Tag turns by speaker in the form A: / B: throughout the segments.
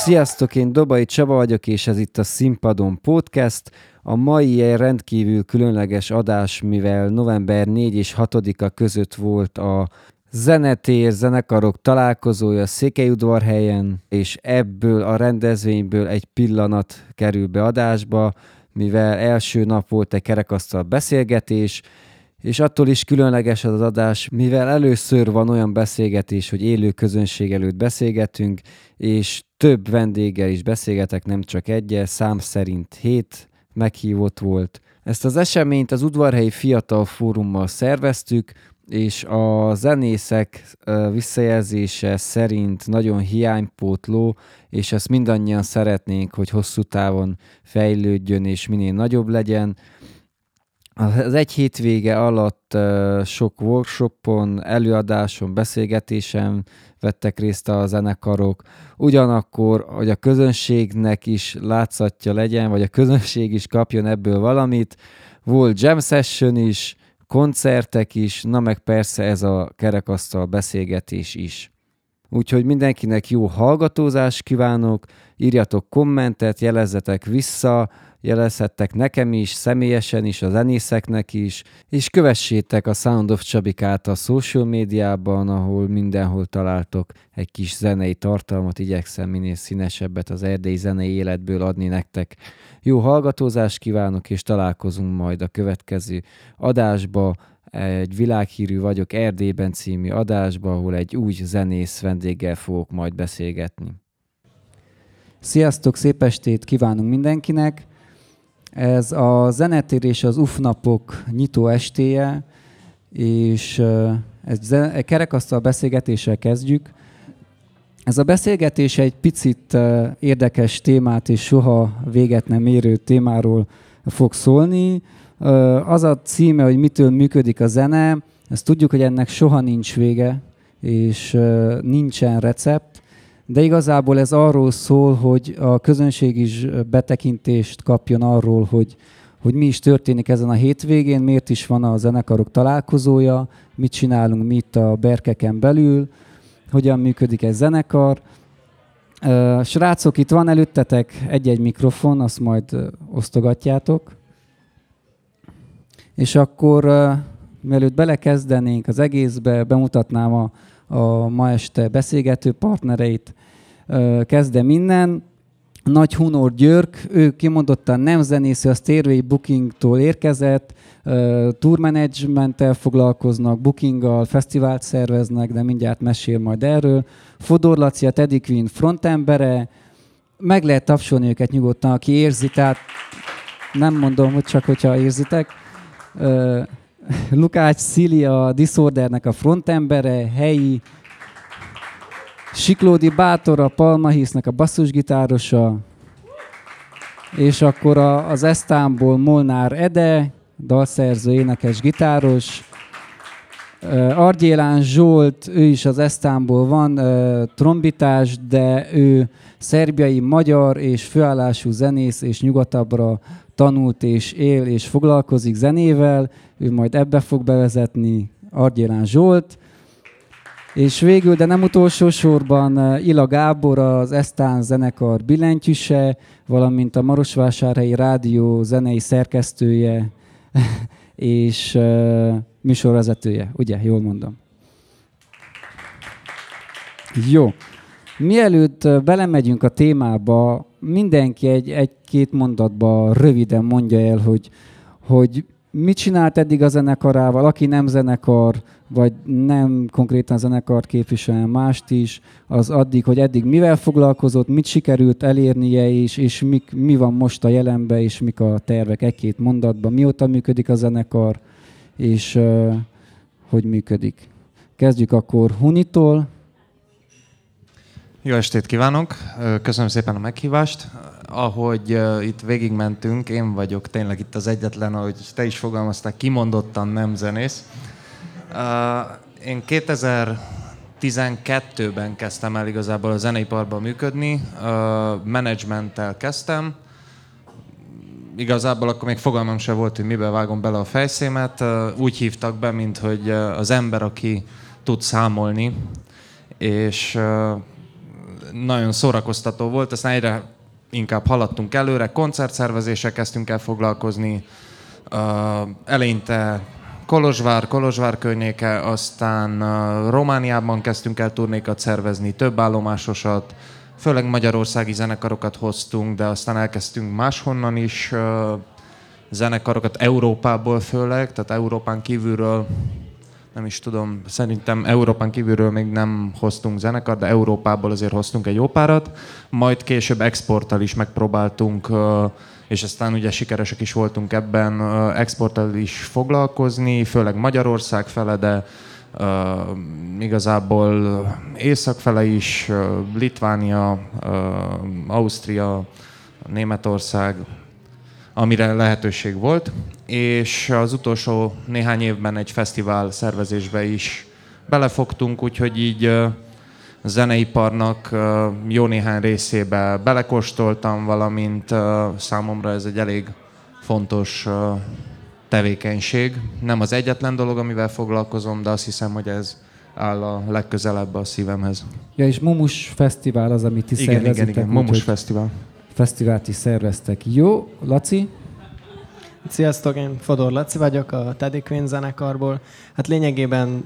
A: Sziasztok, én Dobai Csaba vagyok, és ez itt a Színpadon Podcast. A mai egy rendkívül különleges adás, mivel november 4 és 6-a között volt a Zenetér zenekarok találkozója Székelyudvarhelyen, és ebből a rendezvényből egy pillanat kerül be adásba, mivel első nap volt egy kerekasztal beszélgetés, és attól is különleges az adás, mivel először van olyan beszélgetés, hogy élő közönség előtt beszélgetünk, és több vendéggel is beszélgetek, nem csak egyel, szám szerint 7 meghívott volt. Ezt az eseményt az Udvarhelyi Fiatal Fórummal szerveztük, és a zenészek visszajelzése szerint nagyon hiánypótló, és ezt mindannyian szeretnénk, hogy hosszú távon fejlődjön és minél nagyobb legyen. Az egy hétvége alatt sok workshopon, előadáson, beszélgetésen vettek részt a zenekarok. Ugyanakkor, hogy a közönségnek is látszatja legyen, vagy a közönség is kapjon ebből valamit, volt jam session is, koncertek is, na meg persze ez a kerekasztal beszélgetés is. Úgyhogy mindenkinek jó hallgatózást kívánok, írjatok kommentet, jelezzetek vissza, jelezhettek nekem is, személyesen is, a zenészeknek is, és kövessétek a Sound of Csabikát a social médiában, ahol mindenhol találtok egy kis zenei tartalmat, igyekszem minél színesebbet az erdélyi zenei életből adni nektek. Jó hallgatózást kívánok, és találkozunk majd a következő adásba, egy világhírű vagyok Erdélyben című adásba, ahol egy új zenész vendéggel fogok majd beszélgetni. Sziasztok, szép estét kívánunk mindenkinek! Ez a Zenetér és az UF napok nyitó estéje, és egy kerekasztal beszélgetéssel kezdjük. Ez a beszélgetés egy picit érdekes témát és soha véget nem érő témáról fog szólni. Az a címe, hogy mitől működik a zene, ezt tudjuk, hogy ennek soha nincs vége, és nincsen recept, de igazából ez arról szól, hogy a közönség is betekintést kapjon arról, hogy mi is történik ezen a hétvégén, miért is van a zenekarok találkozója, mit csinálunk mi itt a berkeken belül, hogyan működik egy zenekar. Srácok, itt van előttetek egy-egy mikrofon, azt majd osztogatjátok. És akkor, mielőtt belekezdenénk az egészbe, bemutatnám a ma este beszélgető partnereit. Kezdem innen. Nagy Hunor Györk, ő kimondottan nem zenész, a Stairway Bookingtól érkezett, tourmanagementtel foglalkoznak, bookinggal, fesztivált szerveznek, de mindjárt mesél majd erről. Fodor Laci, a Teddy Queen frontembere, meg lehet tapsolni őket nyugodtan, aki érzi, tehát nem mondom, hogy csak hogyha érzitek. Lukács Szili, a Disordernek a frontembere, helyi. Siklódi Bátor, a Palma Hisznek a basszusgitárosa, és akkor az Esztánból Molnár Ede, dalszerző, énekes, gitáros. Argyélán Zsolt, ő is az Esztánból van, trombitás, de ő szerbiai magyar és főállású zenész, és nyugatabbra tanult és él és foglalkozik zenével. Ő majd ebbe fog bevezetni, Argyélán Zsolt. És végül, de nem utolsó sorban Ila Gábor, az Esztán zenekar billentyűse, valamint a Marosvásárhelyi Rádió zenei szerkesztője és műsorvezetője. Ugye, jól mondom. Jó. Mielőtt belemegyünk a témába, mindenki egy-két mondatba röviden mondja el, hogy mit csinált eddig a zenekarával, aki nem zenekar, vagy nem konkrétan zenekart képvisel, mást is, az addig, hogy eddig mivel foglalkozott, mit sikerült elérnie, és mi van most a jelenben, és mik a tervek egy-két mondatban, mióta működik a zenekar, és hogy működik. Kezdjük akkor Hunitól.
B: Jó estét kívánok! Köszönöm szépen a meghívást. Ahogy itt végigmentünk, én vagyok tényleg itt az egyetlen, ahogy te is fogalmaztál, kimondottan nem zenész. Én 2012-ben kezdtem el igazából a zeneiparban működni, menedzsmenttel kezdtem. Igazából akkor még fogalmam sem volt, hogy miben vágom bele a fejszémet. Úgy hívtak be, mint hogy az ember, aki tud számolni, és nagyon szórakoztató volt, aztán egyre inkább haladtunk előre, koncertszervezéssel kezdtünk el foglalkozni, eleinte Kolozsvár környéke, aztán Romániában kezdtünk el turnékat szervezni, több állomásosat, főleg magyarországi zenekarokat hoztunk, de aztán elkezdtünk máshonnan is zenekarokat, Európából főleg, tehát Európán kívülről, nem is tudom, szerintem Európán kívülről még nem hoztunk zenekart, de Európából azért hoztunk egy jó párat, majd később exporttal is megpróbáltunk, és aztán ugye sikeresek is voltunk ebben, exporttal is foglalkozni, főleg Magyarország fele, de igazából észak fele is, Litvánia, Ausztria, Németország, amire lehetőség volt, és az utolsó néhány évben egy fesztivál szervezésbe is belefogtunk, úgyhogy így a zeneiparnak jó néhány részébe belekóstoltam, valamint számomra ez egy elég fontos tevékenység. Nem az egyetlen dolog, amivel foglalkozom, de azt hiszem, hogy ez áll a legközelebb a szívemhez.
A: Ja, és Momus Fesztivál az, amit ti szervezitek.
B: Igen, Momus Fesztivál.
A: Fesztivált is szerveztek. Jó, Laci?
C: Sziasztok, én Fodor Laci vagyok a Teddy Queen zenekarból. Hát lényegében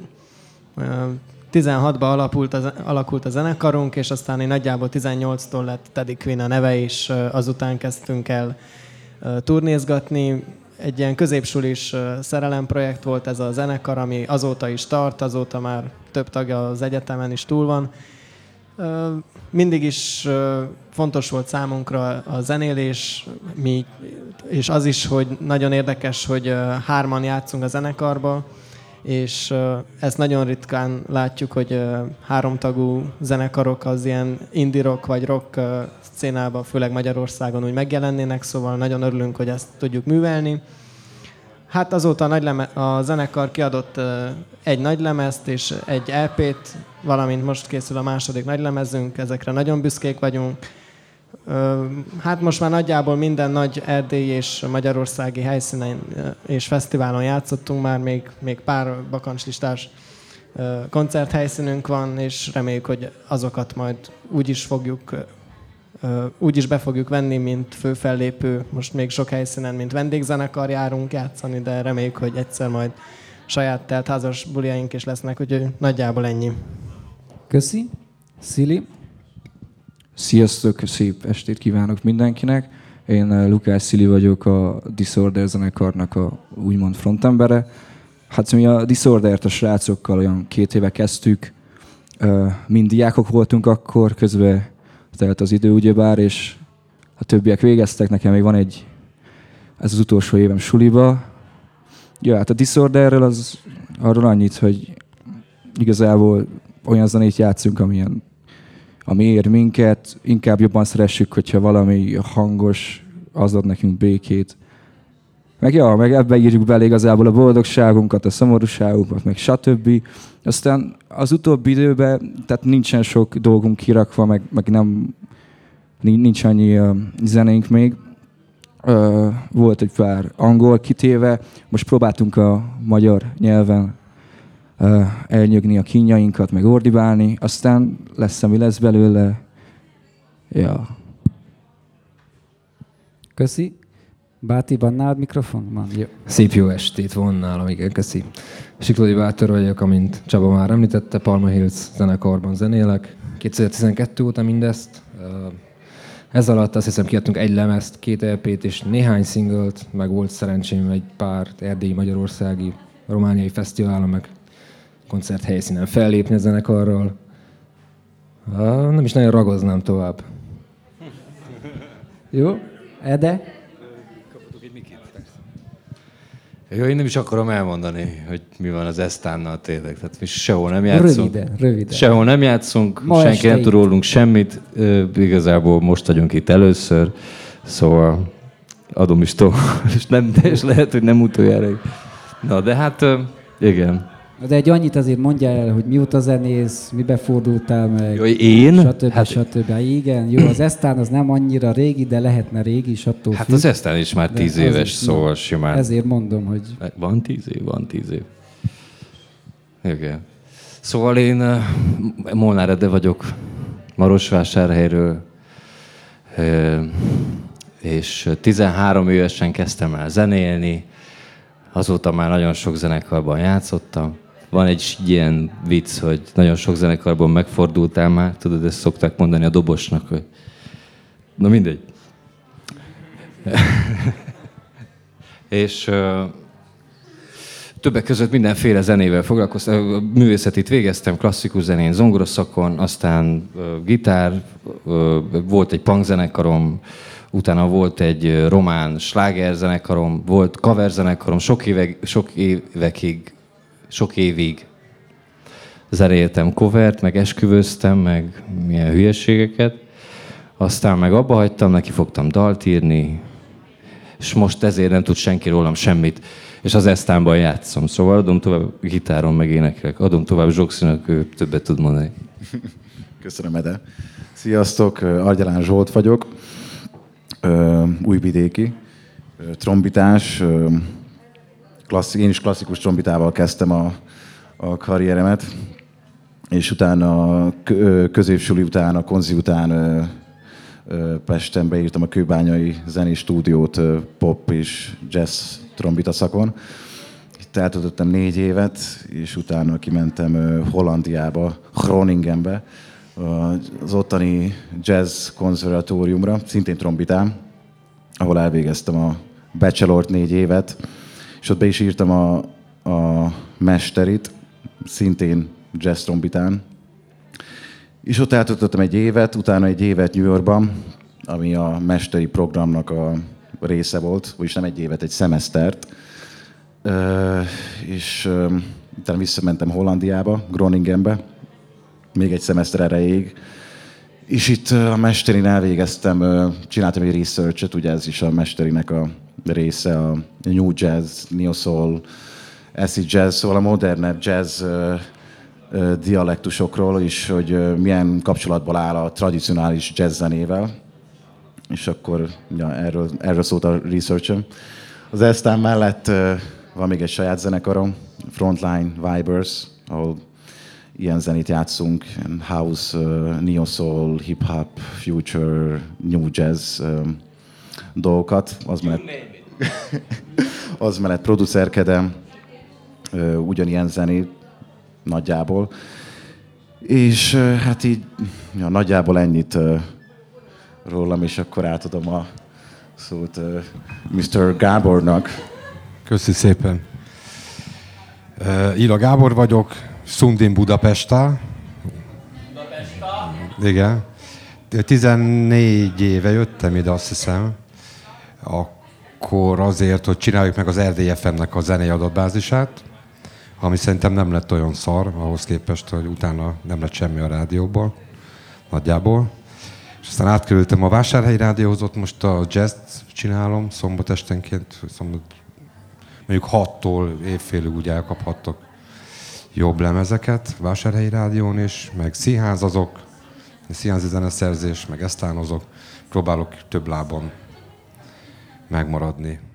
C: 16-ban alakult a zenekarunk, és aztán én nagyjából 18-tól lett Teddy Queen a neve, és azután kezdtünk el turnézgatni. Egy ilyen középsulis szerelemprojekt volt ez a zenekar, ami azóta is tart, azóta már több tagja az egyetemen is túl van. Mindig is fontos volt számunkra a zenélés, és az is, hogy nagyon érdekes, hogy hárman játszunk a zenekarba, és ezt nagyon ritkán látjuk, hogy háromtagú zenekarok az ilyen indie rock vagy rock szcénában, főleg Magyarországon úgy megjelennének, szóval nagyon örülünk, hogy ezt tudjuk művelni. Hát azóta a zenekar kiadott egy nagylemezt és egy EP-t, valamint most készül a második nagylemezünk, ezekre nagyon büszkék vagyunk. Hát most már nagyjából minden nagy erdélyi és magyarországi helyszínen és fesztiválon játszottunk már, még pár bakancslistás koncerthelyszínünk van, és reméljük, hogy azokat majd úgy is be fogjuk venni, mint főfellépő. Most még sok helyszínen, mint vendégzenekar járunk játszani, de reméljük, hogy egyszer majd saját teltházas buliaink is lesznek, úgyhogy nagyjából ennyi.
A: Köszi. Szili?
D: Sziasztok, szép estét kívánok mindenkinek. Én Lukács Szili vagyok, a Disorder zenekarnak a úgymond frontembere. Hát mi a Disordert a srácokkal olyan 2 éve kezdtük. Mind diákok voltunk akkor, közben telt az idő ugyebár, és a többiek végeztek, nekem még van ez az utolsó évem suliba. Ja, hát a Disorderről arról annyit, hogy igazából olyan zenét játszunk, ami ér minket, inkább jobban szeressük, hogyha valami hangos, az ad nekünk békét. Meg ebbe írjuk bele igazából a boldogságunkat, a szomorúságunkat, meg stb. Aztán az utóbbi időben, tehát nincsen sok dolgunk kirakva, meg nincs annyi zenénk még. Volt egy pár angol kitéve, most próbáltunk a magyar nyelven elnyögni a kínjainkat, meg ordibálni, aztán lesz, ami lesz belőle. Ja.
A: Köszi. Bátiban nálad mikrofon van? Jó.
E: Szép jó estét van nálam, igen, köszi. Siklódi Bátor vagyok, amint Csaba már említette, Palma Hills zenekarban zenélek. 2012 óta mindezt. Ez alatt azt hiszem kiadtunk egy lemezt, 2 EP-t és néhány singlet, meg volt szerencsém egy pár erdélyi, magyarországi, romániai fesztiválon, meg koncerthelyszínen fellépni a zenekarral. Nem is nagyon ragoznám tovább.
A: Jó. Ede?
F: Jó, én nem is akarom elmondani, hogy mi van az Esztánnal tényleg. Tehát mi sehol nem játszunk.
A: Röviden.
F: Sehol nem játszunk,
A: Ma
F: senki nem tud rólunk semmit. Igazából most vagyunk itt először, szóval adom is tovább, és lehet, hogy nem utoljára. Na, de hát igen.
A: De egy annyit azért mondjál el, hogy mióta zenész, mibe fordultál meg.
F: Jó, én?
A: Stb. Igen, jó, az Esztán az nem annyira régi, de lehetne régi, is attól
F: Hát az Esztán is már 10 éves, szóval simán.
A: Ezért mondom, hogy...
F: Van 10 év. Igen. Szóval én Molnár Ede vagyok, Marosvásárhelyről, és 13 évesen kezdtem el zenélni, azóta már nagyon sok zenekarban játszottam. Van egy ilyen vicc, hogy nagyon sok zenekarban megfordultál már, tudod, ezt szokták mondani a dobosnak, hogy na mindegy. És többek között mindenféle zenével foglalkoztam. Művészetit végeztem, klasszikus zenén, zongoraszakon, aztán gitár, volt egy punk zenekarom, utána volt egy román sláger zenekarom, volt cover zenekarom, sok évig zenéltem covert, meg esküvöztem, meg milyen hülyeségeket. Aztán meg abba hagytam, neki fogtam dalt írni, és most ezért nem tud senki rólam semmit, és az Esztánban játszom. Szóval adom tovább gitáron, meg éneklek. Adom tovább Zsoxinak, ő többet tud mondani.
G: Köszönöm, Ede. Sziasztok, Argyalán Zsolt vagyok, újvidéki, trombitás. Én is klasszikus trombitával kezdtem a karrieremet, és utána középsuli után, a konzi után Pesten beírtam a Kőbányai Zenés Stúdiót pop és jazz trombita szakon. Itt eltöltöttem 4 évet, és utána kimentem Hollandiába, Groningenbe, az ottani jazz konzervatóriumra, szintén trombitán, ahol elvégeztem a bachelort 4 évet, és ott be is írtam a mesterit, szintén jazz trombitán. És ott eltöltöttem 1 évet, utána 1 évet New Yorkban, ami a mesteri programnak a része volt, vagyis nem 1 évet, 1 szemesztert. És utána visszamentem Hollandiába, Groningenbe, még 1 szemeszter erejéig. És itt a mesterin elvégeztem, csináltam egy research-et, ugye ez is a mesterinek a része, a new jazz, neo soul, acid jazz, szóval a modernebb jazz dialektusokról is, hogy milyen kapcsolatban áll a tradicionális jazz zenével. És akkor ja, erről szólt a research-em. Az Esztán mellett van még egy saját zenekarom, Frontline Vibers, ahol ilyen zenét játszunk, house, neo soul, hip-hop, future, new jazz dolgokat. Az mellett producerkedem ugyanilyen zenét nagyjából. És hát így ja, nagyjából ennyit rólam, és akkor átadom a szót Mr. Gábornak.
H: Köszi szépen. Ila Gábor vagyok, Szundin Budapesta. Igen. 14 éve jöttem ide, azt hiszem. Akkor azért, hogy csináljuk meg az RDFM-nek a zenei adatbázisát, ami szerintem nem lett olyan szar, ahhoz képest, hogy utána nem lett semmi a rádióból, nagyjából. És aztán átkerültem a Vásárhelyi Rádióhoz, ott most a jazz csinálom, szombat esténként, mondjuk 6-tól évfélig úgy elkaphattok jobb lemezeket Vásárhelyi Rádión is, meg színházazok, színházi zeneszerzés, meg esztánozok, próbálok több lábon megmaradni.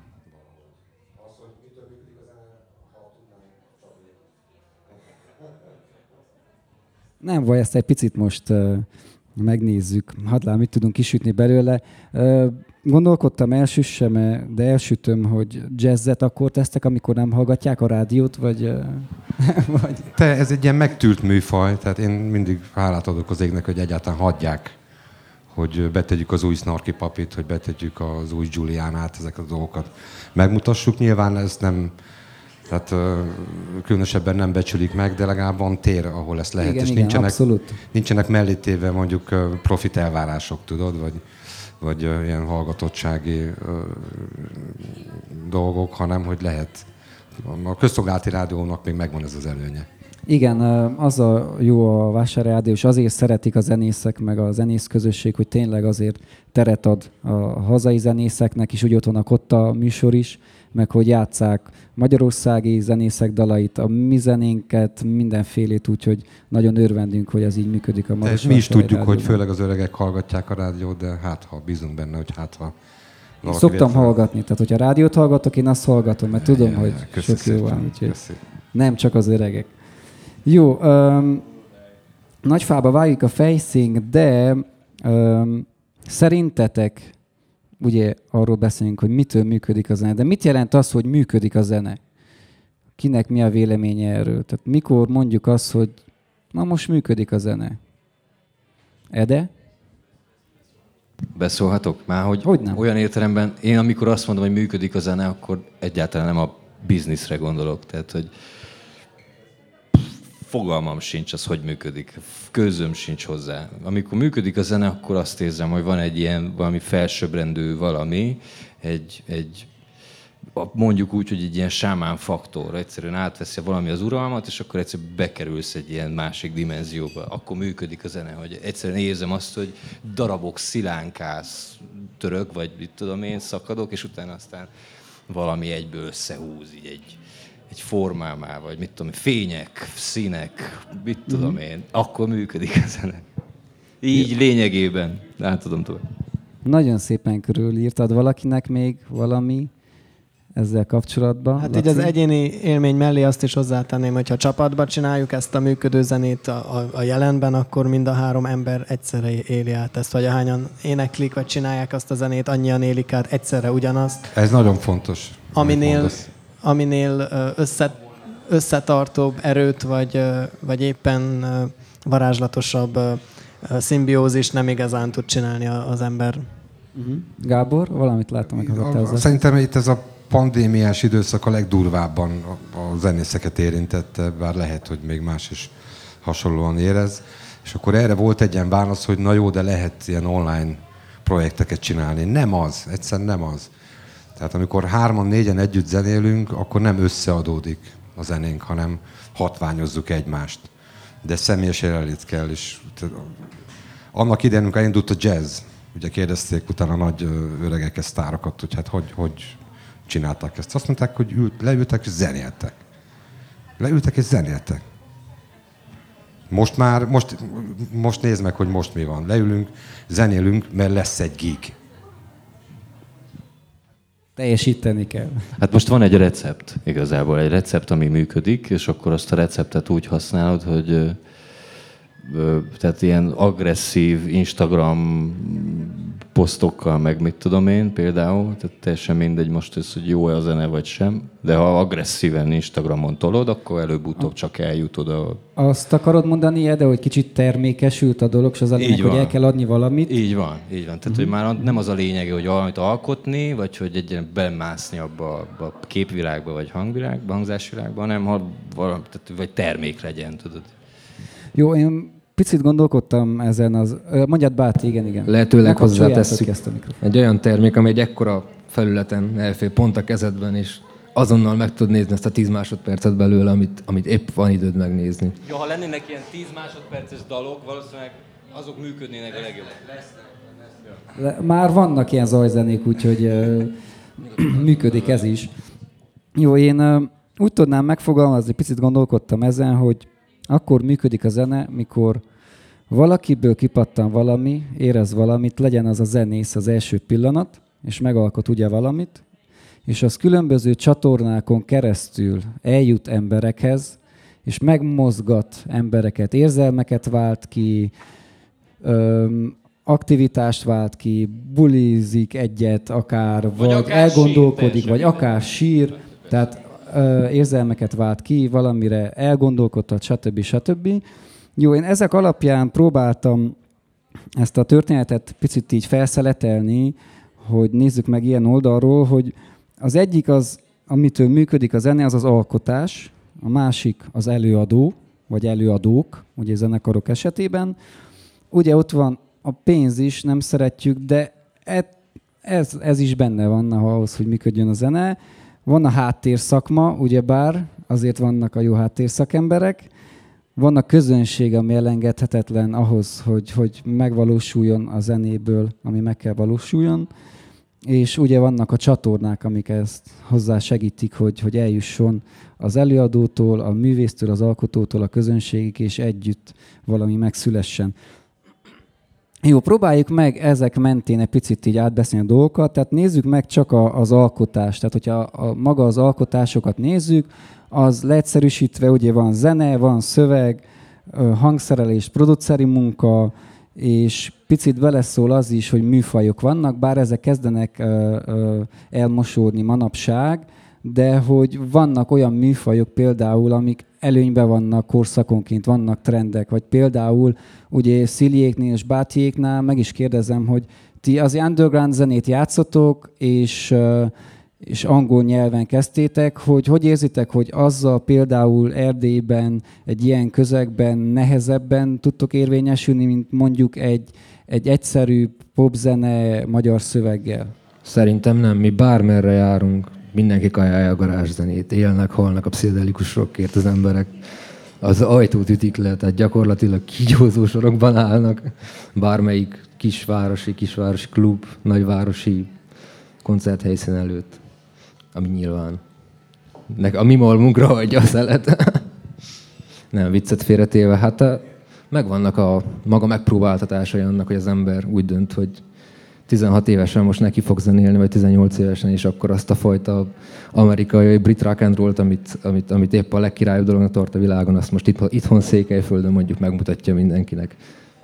A: Nem baj, ezt egy picit most megnézzük. Hadd lám, mit tudunk kisütni belőle. Gondolkodtam, elsüssem, de elsütöm, hogy jazzet akkor tesztek, amikor nem hallgatják a rádiót, vagy...
H: Ez egy ilyen megtűrt műfaj, tehát én mindig hálát adok az égnek, hogy egyáltalán hagyják, hogy betegyük az új Snarky Papit, hogy betegyük az új Giulianát, ezeket a dolgokat megmutassuk. Nyilván ezt nem... Tehát különösebben nem becsülik meg, de legalább van tér, ahol ezt lehet.
A: Igen,
H: és
A: igen,
H: nincsenek mellétéve mondjuk profit elvárások, tudod, vagy ilyen hallgatottsági dolgok, hanem hogy lehet. A közszolgálati rádiónak még megvan ez az előnye.
A: Igen, az a jó a Vásárhelyi Rádió, és azért szeretik a zenészek, meg a zenész közösség, hogy tényleg azért teret ad a hazai zenészeknek, és úgy ott vannak ott a műsor is, meg hogy játsszák magyarországi zenészek dalait, a mi zenénket, mindenfélét, úgyhogy nagyon örvendünk, hogy ez így működik a Marosvásárhelyi
H: Mi is tudjuk,
A: rádióban.
H: hogy főleg az öregek hallgatják a rádiót, de hát ha bízunk benne, hogy hát ha
A: Én szoktam hallgatni, tehát hogyha rádiót hallgatok, én azt hallgatom, mert tudom, hogy sok jó van, úgyhogy nem csak az öregek. Jó, Nagyfába vágjuk a fejszénk, de szerintetek, ugye arról beszélünk, hogy mitől működik a zene, de mit jelent az, hogy működik a zene? Kinek mi a véleménye erről? Tehát mikor mondjuk azt, hogy na most működik a zene? Ede?
F: Beszólhatok már, hogy
A: Hogyne.
F: olyan értelemben, én amikor azt mondom, hogy működik a zene, akkor egyáltalán nem a bizniszre gondolok. Tehát, hogy fogalmam sincs az, hogy működik. Közöm sincs hozzá. Amikor működik a zene, akkor azt érzem, hogy van egy ilyen valami felsőbbrendű valami, mondjuk úgy, hogy egy ilyen sámán faktor. Egyszerűen átveszi valami az uralmat, és akkor egyszerűen bekerülsz egy ilyen másik dimenzióba. Akkor működik a zene, hogy egyszerűen érzem azt, hogy darabok szilánkálsz, török, vagy mit tudom én, szakadok, és utána aztán valami egyből összehúz, így egy formámá, vagy mit tudom, fények, színek, mit tudom én, akkor működik a zene. Így lényegében. Átadom tovább.
A: Nagyon szépen körülírtad valakinek még valami ezzel kapcsolatban.
C: Hát így az egyéni élmény mellé azt is hozzátenném, hogyha csapatban csináljuk ezt a működő zenét a jelenben, akkor mind a 3 ember egyszerre éli át ezt, vagy ahányan éneklik, vagy csinálják azt a zenét, annyian élik át egyszerre ugyanazt.
H: Ez nagyon fontos.
C: Aminél összetartóbb erőt, vagy éppen varázslatosabb szimbiózis nem igazán tud csinálni az ember.
A: Gábor, valamit láttam meg.
H: Szerintem itt ez a pandémiás időszak a legdurvábban a zenészeket érintette, bár lehet, hogy még más is hasonlóan érez. És akkor erre volt egy ilyen válasz, hogy na jó, de lehet ilyen online projekteket csinálni. Nem az, egyszerűen nem az. Tehát amikor 3-4 együtt zenélünk, akkor nem összeadódik a zenénk, hanem hatványozzuk egymást. De személyes jelenlét kell is. Annak idején, amikor elindult a jazz, ugye kérdezték utána nagy öregek, sztárokat, hogy hát hogy csinálták ezt. Azt mondták, hogy leültek és zenéltek. Leültek és zenéltek. Most nézd meg, hogy most mi van. Leülünk, zenélünk, mert lesz egy gig.
A: Teljesíteni kell.
F: Hát most van egy recept, igazából egy recept, ami működik, és akkor azt a receptet úgy használod, hogy tehát ilyen agresszív Instagram posztokkal, meg mit tudom én például, tehát teljesen mindegy most ez, hogy jó-e a zene vagy sem, de ha agresszíven Instagramon tolod, akkor előbb-utóbb csak eljutod a...
A: Azt akarod mondani, de hogy kicsit termékesült a dolog, és az a lényeg, hogy el kell adni valamit?
F: Így van. Tehát, hogy már nem az a lényege, hogy valamit alkotni, vagy hogy egyen belemászni abba a képvilágba, vagy hangzásvilágba, hanem vagy termék legyen, tudod.
A: Jó, én picit gondolkodtam ezen az... Mondjad, Báti, igen.
E: Lehetőleg hozzátesszük egy olyan termék, ami egy ekkora felületen elfér pont a kezedben, és azonnal meg tudod nézni ezt a 10 másodpercet belőle, amit épp van időd megnézni.
F: Ja, ha lennének ilyen 10 másodperces dalok, valószínűleg azok működnének a legjobban.
A: Már vannak ilyen zajzenék, úgyhogy működik ez is. Jó, én úgy tudnám megfogalmazni, picit gondolkodtam ezen, hogy akkor működik a zene, mikor valakiből kipattan valami, érez valamit, legyen az a zenész az első pillanat, és megalkot ugye valamit, és az különböző csatornákon keresztül eljut emberekhez, és megmozgat embereket, érzelmeket vált ki, aktivitást vált ki, bulizik egyet akár, vagy elgondolkodik, vagy akár sír, tehát érzelmeket vált ki, valamire elgondolkodtat, stb. Jó, én ezek alapján próbáltam ezt a történetet picit így felszeletelni, hogy nézzük meg ilyen oldalról, hogy az egyik az, amitől működik a zene, az az alkotás, a másik az előadó, vagy előadók, ugye zenekarok esetében. Ugye ott van a pénz is, nem szeretjük, de ez is benne van ahhoz, hogy működjön a zene. Van a háttérszakma, ugyebár, azért vannak a jó háttérszakemberek. Van a közönség, ami elengedhetetlen ahhoz, hogy megvalósuljon a zenéből, ami meg kell valósuljon. És ugye vannak a csatornák, amik ezt hozzá segítik, hogy eljusson az előadótól, a művésztől, az alkotótól, a közönségig, és együtt valami megszülessen. Jó, próbáljuk meg ezek mentén egy picit így átbeszélni a dolgokat, tehát nézzük meg csak az alkotást. Tehát, hogyha maga az alkotásokat nézzük, az leegyszerűsítve ugye van zene, van szöveg, hangszerelés, produceri munka, és picit beleszól az is, hogy műfajok vannak, bár ezek kezdenek elmosódni manapság, de hogy vannak olyan műfajok például, amik előnyben vannak korszakonként, vannak trendek, vagy például ugye Sziliéknél és Bátyéknál meg is kérdezem, hogy ti az underground zenét játszotok, és angol nyelven kezdtétek, hogy érzitek, hogy azzal például Erdélyben, egy ilyen közegben nehezebben tudtok érvényesülni, mint mondjuk egy egyszerű popzene magyar szöveggel?
E: Szerintem nem, mi bármerre járunk, mindenki kajálja a garázszenét, élnek, halnak a pszichedelikus rockért az emberek. Az ajtót ütik le, tehát gyakorlatilag kígyózó sorokban állnak. Bármelyik kisvárosi klub, nagyvárosi koncerthelyszín előtt, ami nyilván a mi malmunkra hagyja a szelet. Nem, viccet félretéve, hát megvannak a maga megpróbáltatásai annak, hogy az ember úgy dönt, hogy 16 évesen most neki fog zenélni, vagy 18 évesen, és akkor azt a fajta amerikai, brit rock and rollt, amit épp a legkirályabb dolognak tart a világon, azt most itthon Székelyföldön mondjuk megmutatja mindenkinek.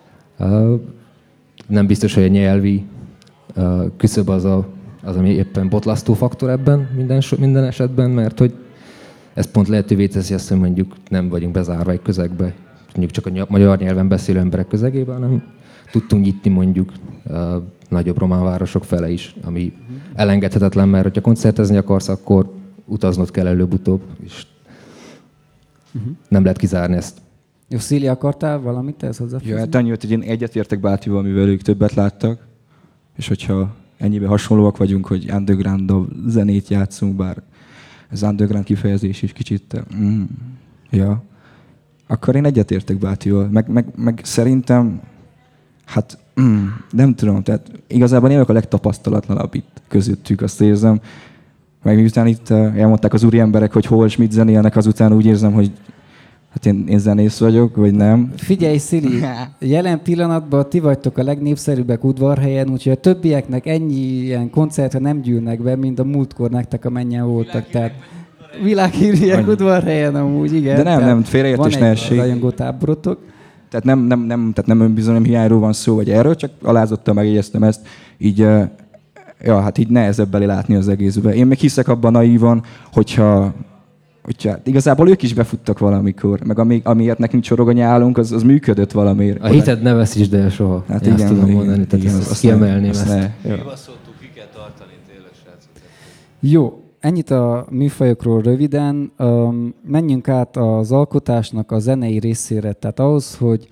E: Nem biztos, hogy a nyelvi küszöb az, ami éppen botlasztó faktor ebben minden esetben, mert hogy ez pont lehetővé teszi azt, hogy mondjuk nem vagyunk bezárva egy közegbe, mondjuk csak a magyar nyelven beszélő emberek közegében, hanem tudtunk nyitni mondjuk nagyobb román városok fele is, ami elengedhetetlen, mert hogyha koncertezni akarsz, akkor utaznod kell előbb-utóbb, és nem lehet kizárni ezt.
A: Jó, Szíli, akartál valamit ehhez hozzáfűzni?
D: Ja, hát annyi, hogy én egyetértek Bátival, mivel ők többet láttak, és hogyha ennyiben hasonlóak vagyunk, hogy underground zenét játszunk, bár ez underground kifejezés is kicsit, ja, akkor én egyetértek Bátival. Meg szerintem, hát nem tudom, tehát igazából én vagyok a legtapasztalatlanabb itt közöttük, azt érzem. Meg miután itt elmondták az úri emberek, hogy hol és mit zenélnek, azután úgy érzem, hogy hát én zenész vagyok, vagy nem.
A: Figyelj, Szili, jelen pillanatban ti vagytok a legnépszerűbbek Udvarhelyen, úgyhogy a többieknek ennyi ilyen koncertre nem gyűlnek be, mint a múltkor nektek, amennyien voltak. Tehát világhírűek Udvarhelyen amúgy, igen.
D: De nem, félreértés ne essék.
A: Van egy rajongó táborotok.
D: Tehát nem önbizalom hiányról van szó, vagy erről, csak alázottan megjegyeztem ezt. Így, hát így nehezebb belé látni az egészbe. Én még hiszek abban naívan, hogyha igazából ők is befuttak valamikor, meg amiért nekünk csorog a nyálunk, az működött valamiért.
E: A hited ne veszítsd el soha.
D: Hát
E: én
D: igen,
E: azt tudom mondani, tehát ezt kiemelném ezt.
F: Kibaszoltuk, ki kell tartani tényleg, srácok.
A: Jó, ennyit a műfajokról röviden. Menjünk át az alkotásnak a zenei részére. Tehát ahhoz, hogy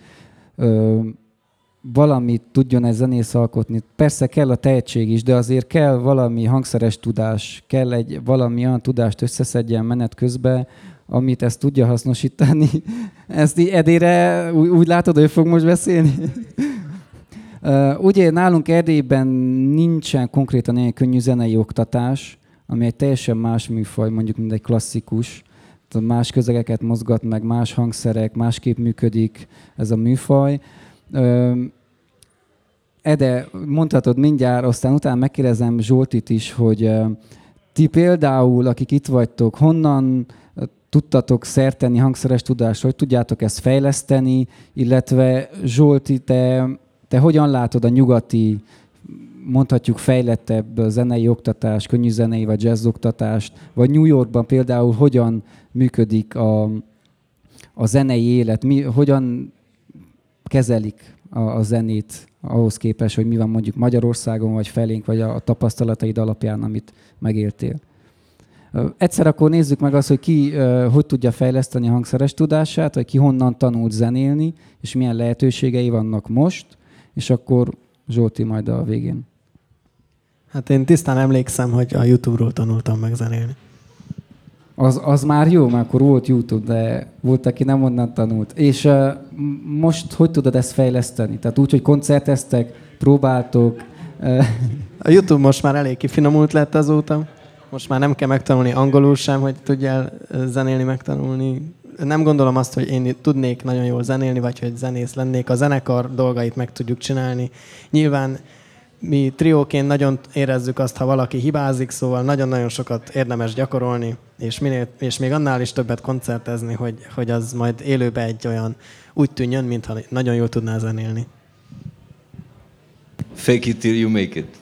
A: valamit tudjon egy zenész alkotni. Persze kell a tehetség is, de azért kell valami hangszeres tudás, kell valami olyan tudást összeszedjen menet közben, amit ezt tudja hasznosítani. Ezt Edére úgy látod, hogy fog most beszélni? Ugye nálunk Erdélyben nincsen konkrétan ilyen könnyű zenei oktatás, ami egy teljesen más műfaj, mondjuk mint egy klasszikus. Tehát más közegeket mozgat meg, más hangszerek, másképp működik ez a műfaj. Ede, mondhatod mindjárt, aztán utána megkérdezem Zsoltit is, hogy ti például, akik itt vagytok, honnan tudtatok szert tenni hangszeres tudást, hogy tudjátok ezt fejleszteni, illetve Zsolti, te hogyan látod a nyugati, mondhatjuk fejlettebb zenei oktatást, könnyű zenei vagy jazz oktatást, vagy New Yorkban például hogyan működik a zenei élet, hogyan kezelik a zenét ahhoz képest, hogy mi van mondjuk Magyarországon, vagy felénk, vagy a tapasztalataid alapján, amit megéltél. Egyszer akkor nézzük meg azt, hogy ki hogy tudja fejleszteni a hangszeres tudását, vagy ki honnan tanult zenélni, és milyen lehetőségei vannak most, és akkor Zsolti majd a végén.
C: Hát én tisztán emlékszem, hogy a YouTube-ról tanultam meg zenélni.
A: Az már jó, mert akkor volt YouTube, de volt, aki nem onnan tanult. És most hogy tudod ezt fejleszteni? Tehát úgy, hogy koncerteztek, próbáltok?
C: A YouTube most már elég kifinomult lett azóta. Most már nem kell megtanulni angolul sem, hogy tudjál zenélni, megtanulni. Nem gondolom azt, hogy én tudnék nagyon jól zenélni, vagy hogy zenész lennék. A zenekar dolgait meg tudjuk csinálni. Nyilván mi trióként nagyon érezzük azt, ha valaki hibázik, szóval nagyon-nagyon sokat érdemes gyakorolni, és még annál is többet koncertezni, hogy az majd élőbe egy olyan úgy tűnjön, mintha nagyon jól tudná zenélni.
F: Fake it till you make it.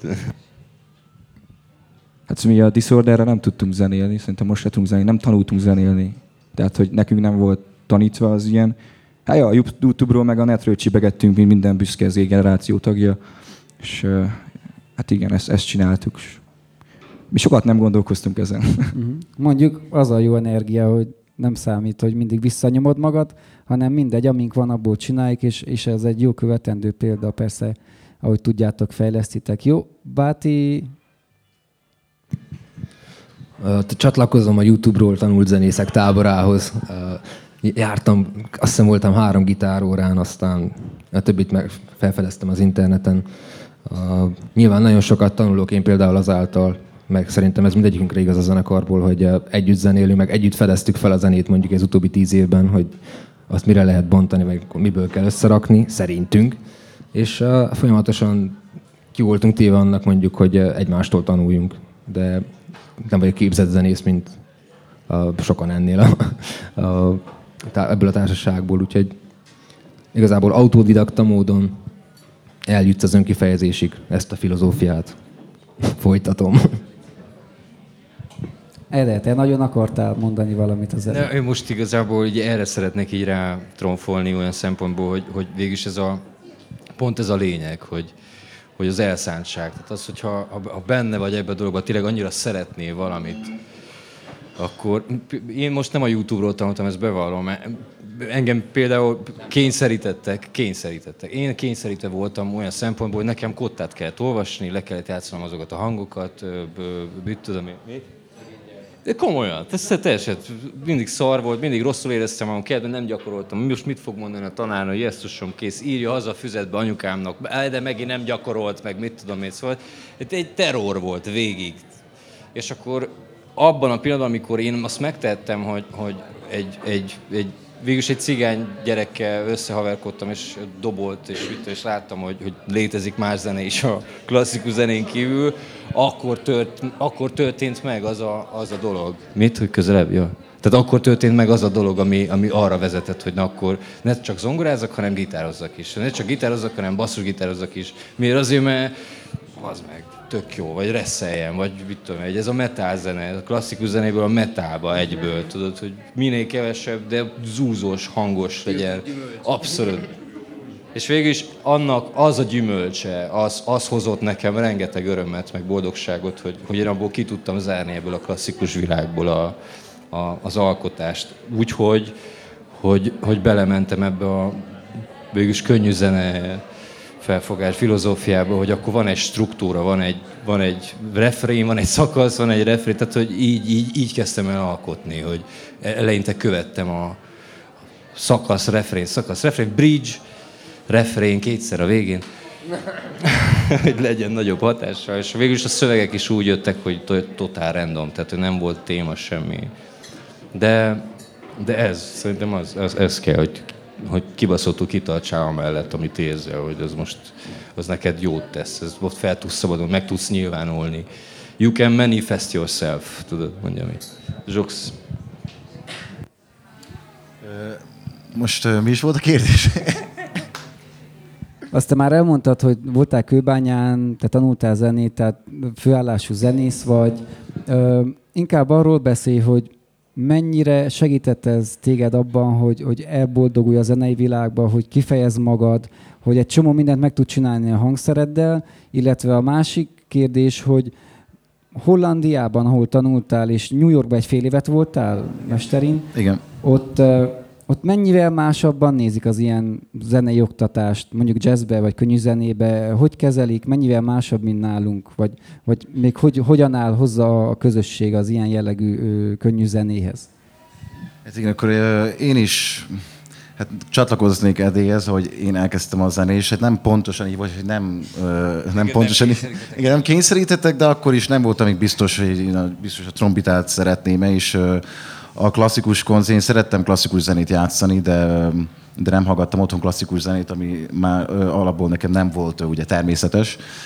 D: Hát mi a Disorderre nem tudtunk zenélni, szerintem most se tudunk zenélni, nem tanultunk zenélni. Tehát, hogy nekünk nem volt tanítva az ilyen. Hát ja, a YouTube-ról meg a netről csibegettünk, mint minden büszke generáció tagja. És hát igen, ezt csináltuk. Mi sokat nem gondolkoztunk ezen.
A: Mondjuk az a jó energia, hogy nem számít, hogy mindig visszanyomod magad, hanem mindegy, amink van, abból csináljuk, és ez egy jó követendő példa, persze, ahogy tudjátok, fejlesztitek. Jó, Báti?
E: Csatlakozom a YouTube-ról tanult zenészek táborához. Jártam, azt hiszem voltam 3 gitárórán, aztán a többit meg felfedeztem az interneten. Nyilván nagyon sokat tanulok én például azáltal, meg szerintem ez mindegyikünkre igaz a zenekarból, hogy együtt zenélünk, meg együtt fedeztük fel a zenét mondjuk az utóbbi 10 évben, hogy azt mire lehet bontani, meg miből kell összerakni, szerintünk. És folyamatosan ki voltunk téve annak mondjuk, hogy egymástól tanuljunk, de nem vagyok képzett zenész, mint sokan ennél ebből a társaságból, úgyhogy igazából autodidakta módon eljutsz az önkifejezésig, ezt a filozófiát folytatom.
A: Ede, te nagyon akartál mondani valamit az előtt.
F: Én most igazából ugye erre szeretnék így rá tronfolni olyan szempontból, hogy végülis pont ez a lényeg, hogy az elszántság. Tehát az, hogyha benne vagy ebben a dologban, tényleg annyira szeretnél valamit, akkor én most nem a YouTube-ról tanultam, ezt bevallom, mert engem például kényszerítettek. Én kényszerítve voltam olyan szempontból, hogy nekem kottát kellett olvasni, le kellett játszanom azokat a hangokat, mit tudom én. De komolyan, ez teljesen mindig szar volt, mindig rosszul éreztem magam, kedven nem gyakoroltam. Most mit fog mondani a tanár, hogy jesszusom, kész, írja haza füzetbe anyukámnak, de megint nem gyakorolt, meg mit tudom én, szóval egy terror volt végig. És akkor abban a pillanatban, amikor én azt megtettem, hogy végülis egy cigány gyerekkel összehaverkodtam, és dobolt, és láttam, hogy létezik más zene is a klasszikus zenén kívül, akkor történt meg az a dolog. Mit, hogy közelebb? Ja. Tehát akkor történt meg az a dolog, ami arra vezetett, hogy na akkor ne csak zongorázzak, hanem gitározzak is. Ne csak gitározzak, hanem basszusgitározzak is. Miért? Azért, mert az meg tök jó, vagy reszeljen, vagy mit tudom, ez a metal zene, a klasszikus zenéből a metalba egyből, tudod, hogy minél kevesebb, de zúzós, hangos legyen. Abszolút. És végül is annak az a gyümölcse, az hozott nekem rengeteg örömet, meg boldogságot, hogy én abból ki tudtam zárni ebből a klasszikus világból az alkotást. Úgyhogy hogy belementem ebbe a végülis könnyű zene felfogás filozófiába, hogy akkor van egy struktúra, van egy refrén, van egy szakasz, van egy refrén, tehát hogy így kezdtem el alkotni, hogy eleinte követtem a szakasz, refrén, bridge, refrén kétszer a végén, hogy legyen nagyobb hatással, és végül is a szövegek is úgy jöttek, hogy totál random, tehát hogy nem volt téma semmi. De ez, szerintem ez kell, hogy kibaszottul kitartsál amellett, amit érzel, hogy az neked jót tesz, ez ott fel tudsz szabadulni, meg tudsz nyilvánulni. You can manifest yourself, tudod, mondjam így. Zsox.
G: Most mi is volt a kérdés?
A: Azt te már elmondtad, hogy voltál Kőbányán, te tanultál zenét, tehát főállású zenész vagy. Inkább arról beszélj, hogy mennyire segített ez téged abban, hogy elboldogulj a zenei világban, hogy kifejezd magad, hogy egy csomó mindent meg tud csinálni a hangszereddel, illetve a másik kérdés, hogy Hollandiában, ahol tanultál, és New Yorkban egy fél évet voltál mesterin,
G: Igen.
A: Ott mennyivel másabban nézik az ilyen zenei oktatást, mondjuk jazzbe vagy könnyű zenébe, hogy kezelik, mennyivel másabb, mint nálunk, vagy még hogyan áll hozzá a közösség az ilyen jellegű könnyű zenéhez?
G: Hát igen, akkor én is csatlakoznék Edéhez, hogy én elkezdtem a zenét, és hát nem pontosan így, vagy hogy nem pontosan így. Igen, nem kényszerítettek, de akkor is nem voltam még biztos, hogy én biztos a trombitát szeretném, és a klasszikus én szerettem klasszikus zenét játszani, de nem hallgattam otthon klasszikus zenét, ami már alapból nekem nem volt ugye természetes.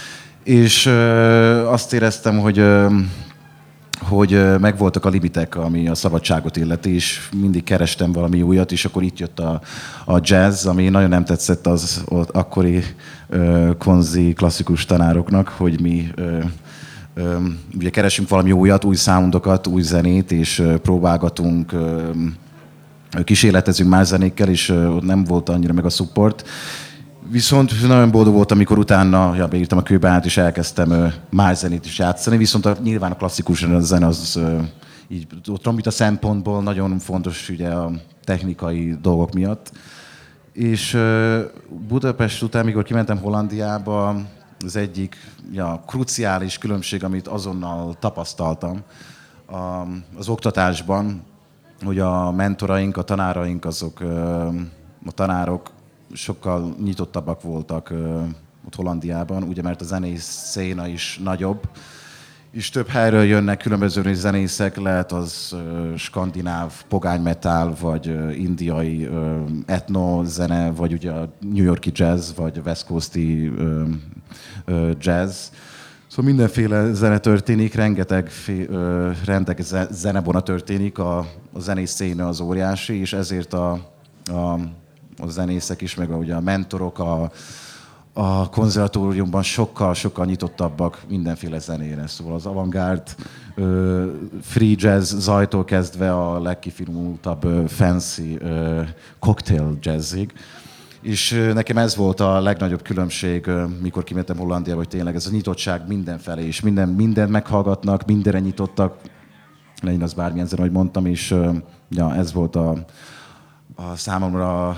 G: És azt éreztem, hogy megvoltak a limitek, ami a szabadságot illeti, és mindig kerestem valami újat, és akkor itt jött a jazz, ami nagyon nem tetszett az akkori konzi klasszikus tanároknak, hogy mi ugye keresünk valami újat, új soundokat, új zenét, és próbálgatunk, kísérletezünk más zenékkel, és ott nem volt annyira meg a support. Viszont nagyon boldog voltam, amikor utána beírtam a kőbányát, és elkezdtem más zenét is játszani, viszont nyilván a klasszikus zene az így a trombita szempontból nagyon fontos ugye a technikai dolgok miatt. És Budapest után, mikor kimentem Hollandiába, az egyik kruciális különbség, amit azonnal tapasztaltam az oktatásban, hogy a mentoraink, a tanáraink, azok a tanárok sokkal nyitottabbak voltak ott Hollandiában, ugye mert a zenész széna is nagyobb, és több helyről jönnek különböző zenészek, lehet az skandináv pogánymetál, vagy indiai etno zene, vagy ugye a New Yorki jazz, vagy West Coasti jazz. Szóval mindenféle zene történik, rengeteg zenebona történik, a zenész széna az óriási, és ezért a zenészek is, meg ugye a mentorok a konzervatóriumban sokkal nyitottabbak mindenféle zenére. Szóval az avantgárd, free jazz zajtól kezdve a legkifinomultabb fancy cocktail jazzig. És nekem ez volt a legnagyobb különbség, mikor kimentem Hollandiába, hogy tényleg ez a nyitottság mindenfelé, és mindent meghallgatnak, mindenre nyitottak, legyen az bármilyen zene, ahogy mondtam, és ez volt a számomra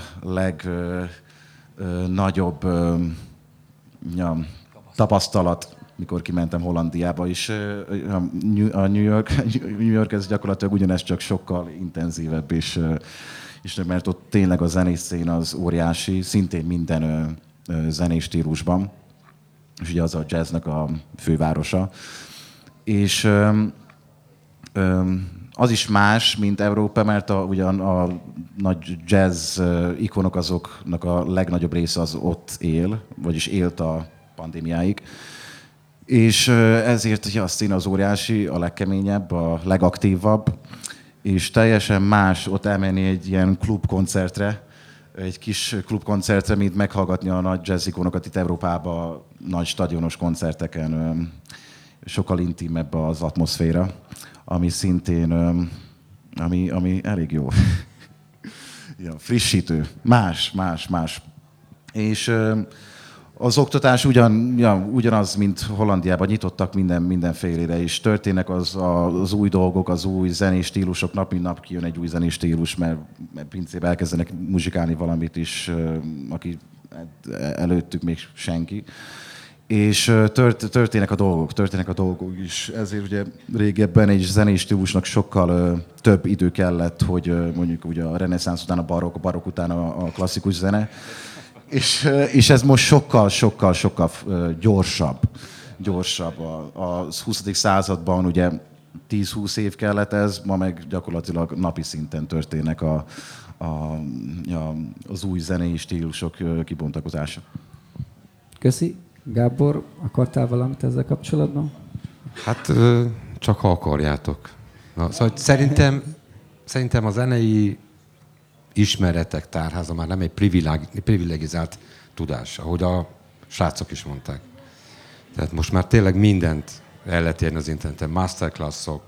G: legnagyobb tapasztalat, mikor kimentem Hollandiába, és a New York ez gyakorlatilag ugyanez, csak sokkal intenzívebb, és mert ott tényleg a zenész szín az óriási, szintén minden zenés stílusban, és ugye az a jazznek a fővárosa. És az is más, mint Európa, mert ugyan a nagy jazz ikonok azoknak a legnagyobb része az ott él, vagyis élt a pandémiáig. És ezért a szín az óriási, a legkeményebb, a legaktívabb, és teljesen más ott elmenni egy ilyen klubkoncertre, egy kis klubkoncertre, mint meghallgatni a nagy jazz ikonokat itt Európában, nagy stadionos koncerteken. Sokkal intimebb az atmoszféra, ami szintén, ami elég jó. Ja, frissítő, más. És az oktatás ugyanaz, mint Hollandiában, nyitottak mindenfélére, és történnek az új dolgok, az új zenés stílusok, nap mint nap kijön egy új zenés stílus, mert pincébe elkezdenek muzsikálni valamit is, aki előttük még senki. És történnek a dolgok is. Ezért ugye régebben egy zenés stílusnak sokkal több idő kellett, hogy mondjuk ugye a reneszánsz után a barokk után a klasszikus zene. És ez most sokkal gyorsabb. A 20. században ugye 10-20 év kellett ez, ma meg gyakorlatilag napi szinten történnek az új zenei stílusok kibontakozása.
A: Köszi. Gábor, akartál valamit ezzel kapcsolatban?
H: Hát csak ha akarjátok. Na, szóval szerintem a zenei ismeretek tárháza már nem egy privilegizált tudás, ahogy a srácok is mondták. Tehát most már tényleg mindent el lehet érni az interneten, masterclassok,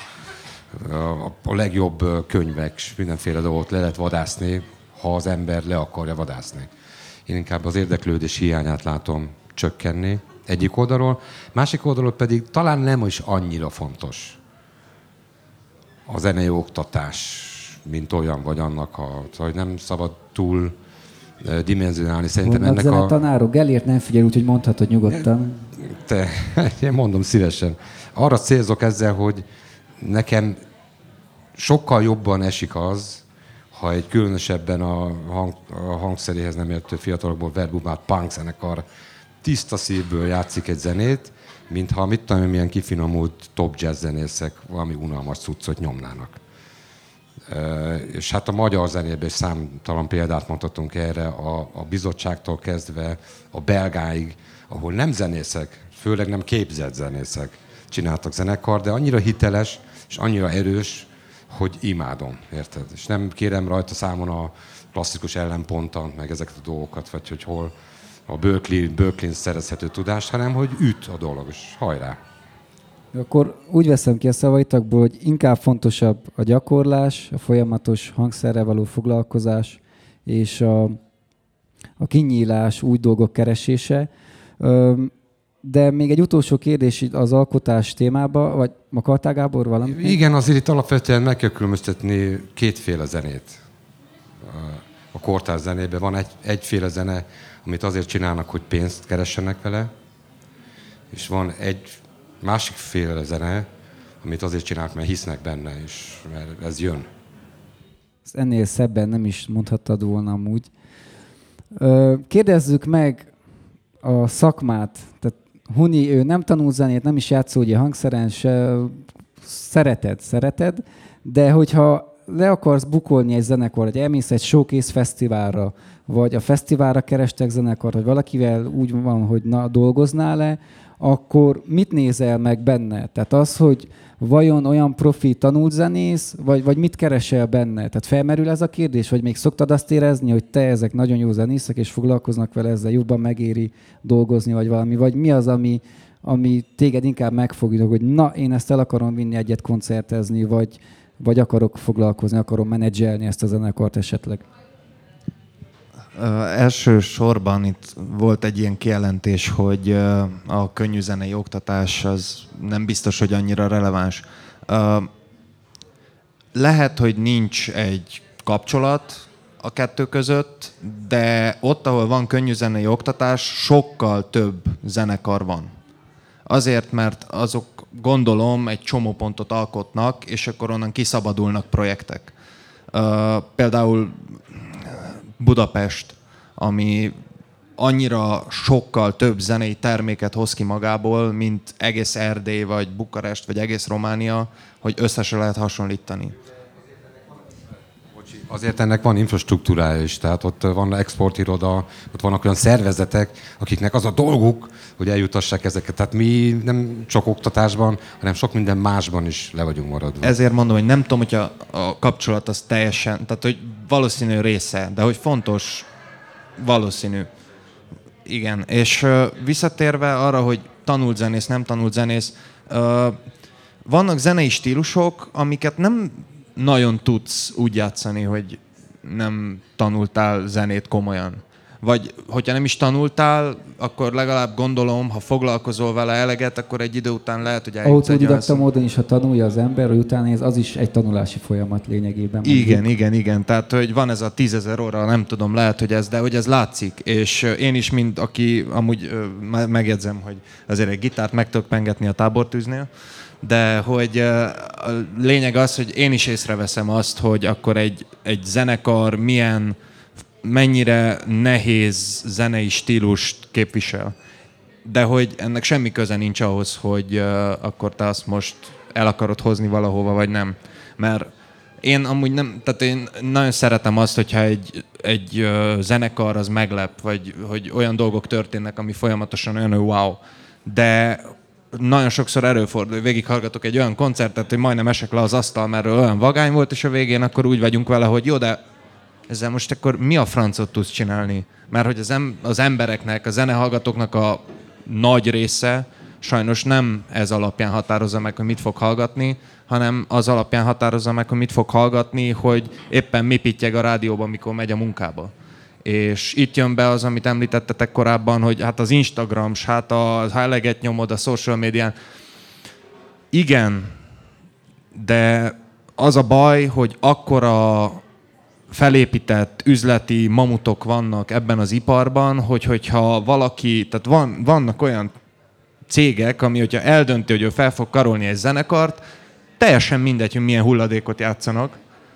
H: a legjobb könyvek, mindenféle dolgot le lehet vadászni, ha az ember le akarja vadászni. Én inkább az érdeklődés hiányát látom csökkenni egyik oldalról, másik oldalról pedig talán nem is annyira fontos a zenei oktatás, mint olyan, vagy annak hogy nem szabad túl dimenzionálni. Szerintem
A: ennek a tanárok Gellért nem figyel, úgyhogy mondhatod nyugodtan.
H: Én mondom szívesen. Arra célzok ezzel, hogy nekem sokkal jobban esik az, ha egy különösebben a hangszeréhez nem értő fiatalokból verbumált punk zenekar tiszta szívből játszik egy zenét, mintha mit tudom, milyen kifinomult top jazz zenészek valami unalmas cuccot nyomnának. És hát a magyar zenében is számtalan példát mondhatunk erre, a bizottságtól kezdve a belgáig, ahol nem zenészek főleg nem képzett zenészek csináltak zenekar, de annyira hiteles és annyira erős, hogy imádom, érted? És nem kérem rajta számon a klasszikus ellenponton, meg ezeket a dolgokat, vagy hogy hol a Berkeley-n szerezhető tudást, hanem hogy üt a dolog, és hajrá!
A: Akkor úgy veszem ki a szavaitokból, hogy inkább fontosabb a gyakorlás, a folyamatos hangszerrel való foglalkozás, és a kinyílás, új dolgok keresése. De még egy utolsó kérdés az alkotás témába, vagy akartál, Gábor, valamit?
H: Igen, azért itt alapvetően meg kell különböztetni kétféle zenét. A kortárs zenében van egyféle zene, amit azért csinálnak, hogy pénzt keressenek vele, és van egy másik féle zene, amit azért csinálnak, mert hisznek benne, és mert ez jön.
A: Ezt ennél szebben nem is mondhattad volna amúgy. Kérdezzük meg a szakmát. Tehát Huni, ő nem tanul zenét, nem is játszol ugye hangszeren, se szereted, de hogyha le akarsz bukolni egy zenekar, vagy elmész egy showcase fesztiválra, vagy a fesztiválra kerestek zenekart, vagy valakivel úgy van, hogy dolgoznál le, akkor mit nézel meg benne? Tehát az, hogy vajon olyan profi tanult zenész, vagy mit keresel benne? Tehát felmerül ez a kérdés, vagy még szoktad azt érezni, hogy te ezek nagyon jó zenészek, és foglalkoznak vele, ezzel jobban megéri dolgozni, vagy valami? Vagy mi az, ami téged inkább megfogja, hogy na, én ezt el akarom vinni egyet koncertezni, vagy akarok foglalkozni, akarom menedzselni ezt a zenekart esetleg?
B: Elsősorban itt volt egy ilyen kijelentés, hogy a könnyűzenei oktatás az nem biztos, hogy annyira releváns. Lehet, hogy nincs egy kapcsolat a kettő között, de ott, ahol van könnyűzenei oktatás, sokkal több zenekar van. Azért, mert azok, gondolom, egy csomó pontot alkotnak, és akkor onnan kiszabadulnak projektek. Például Budapest, ami annyira sokkal több zenei terméket hoz ki magából, mint egész Erdély, vagy Bukarest, vagy egész Románia, hogy összesen lehet hasonlítani.
H: Azért ennek van infrastruktúrája is, tehát ott van exportiroda, ott vannak olyan szervezetek, akiknek az a dolguk, hogy eljutassák ezeket. Tehát mi nem csak oktatásban, hanem sok minden másban is le vagyunk maradva.
B: Ezért mondom, hogy nem tudom, hogy a kapcsolat az teljesen, tehát hogy valószínű része, de hogy fontos, valószínű. Igen, és visszatérve arra, hogy tanult zenész, nem tanult zenész, vannak zenei stílusok, amiket nem nagyon tudsz úgy játszani, hogy nem tanultál zenét komolyan. Vagy hogyha nem is tanultál, akkor legalább gondolom, ha foglalkozol vele eleget, akkor egy idő után lehet, hogy eljutsz egy
A: autodidakta módon is, ha tanulja az ember, hogy utána ez az is egy tanulási folyamat lényegében.
B: Igen. Tehát, hogy van ez a 10 000 óra, nem tudom, lehet, hogy ez, de hogy ez látszik. És én is, mint aki amúgy megjegyzem, hogy azért egy gitárt meg tudok pengetni a tábortűznél, de hogy a lényeg az, hogy én is észreveszem azt, hogy akkor egy zenekar mennyire nehéz zenei stílust képvisel. De hogy ennek semmi köze nincs ahhoz, hogy akkor te azt most el akarod hozni valahova, vagy nem. Mert én amúgy nem, tehát én nagyon szeretem azt, hogyha egy zenekar az meglep, vagy hogy olyan dolgok történnek, ami folyamatosan olyan, hogy wow. De nagyon sokszor előfordul, hogy végighallgatok egy olyan koncertet, hogy majdnem esek le az asztal, mert olyan vagány volt, és a végén akkor úgy vagyunk vele, hogy jó, de ezzel most akkor mi a francot tudsz csinálni? Mert hogy az embereknek, a zenehallgatóknak a nagy része sajnos nem ez alapján határozza meg, hogy mit fog hallgatni, hanem az alapján határozza meg, hogy mit fog hallgatni, hogy éppen mi pittyeg a rádióban, mikor megy a munkába. És itt jön be az, amit említettetek korábban, hogy hát az Instagram, hát ha eleget nyomod a social médián. Igen, de az a baj, hogy akkora felépített üzleti mamutok vannak ebben az iparban, hogyha valaki, tehát vannak olyan cégek, ami hogyha eldönti, hogy ő fel fog karolni egy zenekart, teljesen mindegy, hogy milyen hulladékot játszanak,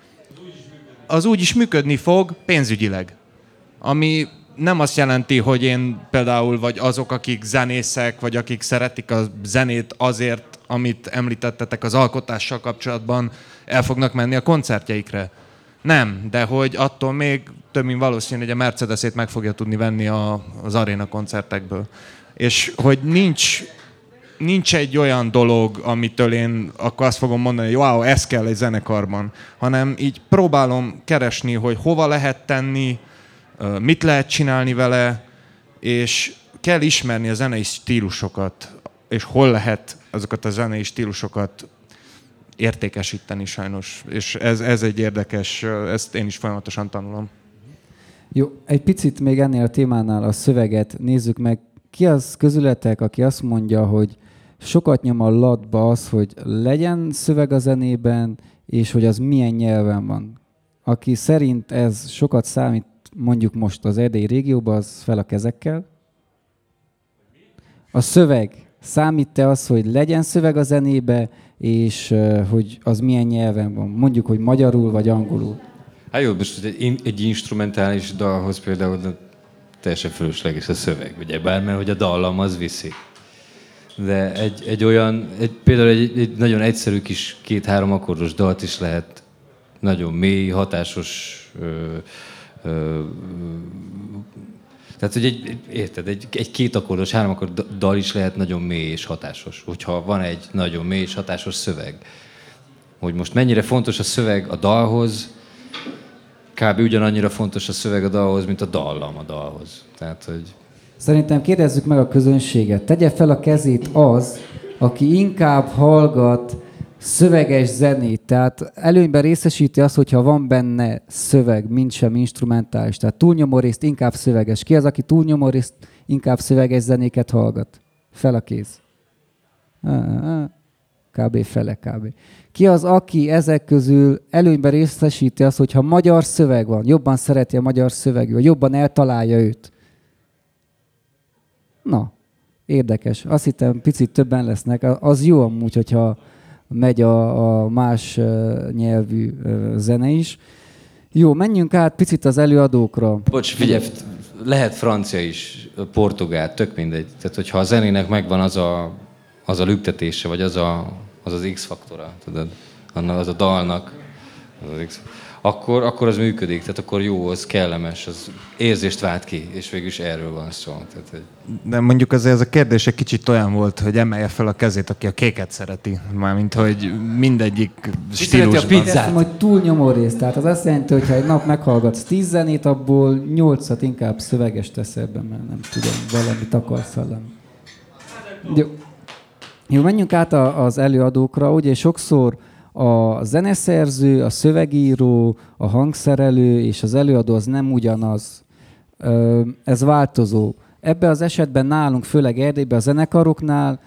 B: az úgy is működni fog pénzügyileg. Ami nem azt jelenti, hogy én például, vagy azok, akik zenészek, vagy akik szeretik a zenét azért, amit említettetek az alkotással kapcsolatban, el fognak menni a koncertjeikre. Nem, de hogy attól még több mint valószínű, hogy a Mercedesét meg fogja tudni venni az aréna koncertekből. És hogy nincs egy olyan dolog, amitől én akkor azt fogom mondani, hogy wow, ez kell egy zenekarban, hanem így próbálom keresni, hogy hova lehet tenni, mit lehet csinálni vele, és kell ismerni a zenei stílusokat, és hol lehet azokat a zenei stílusokat értékesíteni sajnos. És ez egy érdekes, ezt én is folyamatosan tanulom.
A: Jó, egy picit még ennél a témánál a szöveget nézzük meg. Ki az közületek, aki azt mondja, hogy sokat nyom a latba az, hogy legyen szöveg a zenében, és hogy az milyen nyelven van. Aki szerint ez sokat számít, mondjuk most az erdélyi régióban, az fel a kezekkel. A szöveg. Számít-e az, hogy legyen szöveg a zenébe, és hogy az milyen nyelven van? Mondjuk, hogy magyarul vagy angolul.
F: Hát jó, most egy instrumentális dalhoz például teljesen fölösleges a szöveg, ugye bármilyen, hogy a dallam az viszi. De például egy nagyon egyszerű kis 2-3 akkordos dalt is lehet nagyon mély, hatásos, tehát, hogy egy 2 akkordos, 3 akkordos dal is lehet nagyon mély és hatásos, hogyha van egy nagyon mély és hatásos szöveg. Hogy most mennyire fontos a szöveg a dalhoz, kb. Ugyanannyira fontos a szöveg a dalhoz, mint a dallam a dalhoz. Tehát, hogy...
A: Szerintem kérdezzük meg a közönséget. Tegye fel a kezét az, aki inkább hallgat szöveges zenét, tehát előnyben részesíti azt, hogyha van benne szöveg, mint sem instrumentális. Tehát túlnyomó részt inkább szöveges. Ki az, aki túlnyomó részt inkább szöveges zenéket hallgat? Fel a kéz. Kb. Fele, kb. Ki az, aki ezek közül előnyben részesíti azt, hogyha magyar szöveg van, jobban szereti a magyar szövegű, vagy jobban eltalálja őt? Na, érdekes. Azt hittem, picit többen lesznek. Az jó amúgy, hogyha megy a más nyelvű zene is. Jó, menjünk át picit az előadókra.
F: Bocs, figyelj, lehet francia is, portugál, tök mindegy. Tehát, hogyha a zenének megvan az a lüktetése, vagy az az X-faktora, tudod, az a dalnak, akkor az működik, tehát akkor jó, az kellemes, az érzést vált ki, és végül is erről van szó. Tehát, hogy...
B: De mondjuk azért ez a kérdés egy kicsit olyan volt, hogy emelje fel a kezét, aki a kéket szereti. Mármint, hogy mindegyik stílusban.
A: Azt hogy túlnyomó rész. Tehát az azt jelenti, hogy ha egy nap meghallgatsz 10 zenét, abból 8-at inkább szöveges tesz ebben, mert nem tudom, valamit akarsz hallani. Jó, menjünk át az előadókra. Ugye sokszor a zeneszerző, a szövegíró, a hangszerelő és az előadó az nem ugyanaz. Ez változó. Ebben az esetben nálunk, főleg Erdélyben a zenekaroknál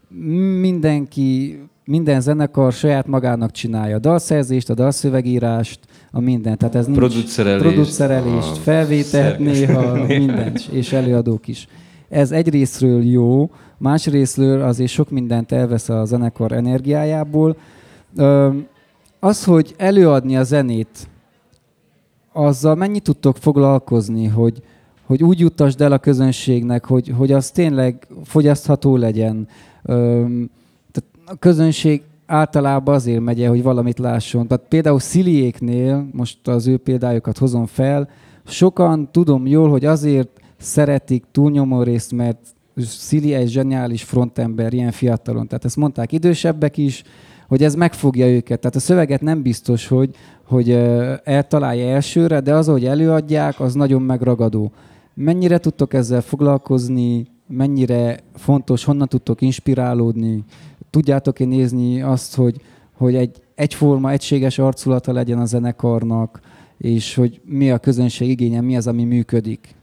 A: minden zenekar saját magának csinálja a dalszerzést, a dalszövegírást, a mindent. Tehát ez nincs producerelést, felvételt néha, mindent, és előadók is. Ez egyrészről jó, másrészről azért sok mindent elvesz a zenekar energiájából. Az, hogy előadni a zenét, azzal mennyit tudtok foglalkozni, hogy úgy juttasd el a közönségnek, hogy az tényleg fogyasztható legyen. Tehát a közönség általában azért megy el, hogy valamit lásson. Tehát például Sziliéknél, most az ő példájukat hozom fel, sokan tudom jól, hogy azért szeretik túlnyomó részt, mert Szili egy zseniális frontember, ilyen fiatalon. Tehát ezt mondták idősebbek is, hogy ez megfogja őket. Tehát a szöveget nem biztos, hogy eltalálja elsőre, de az, hogy előadják, az nagyon megragadó. Mennyire tudtok ezzel foglalkozni, mennyire fontos, honnan tudtok inspirálódni? Tudjátok-e nézni azt, hogy egy egyforma, egységes arculata legyen a zenekarnak, és hogy mi a közönség igénye, mi az, ami működik?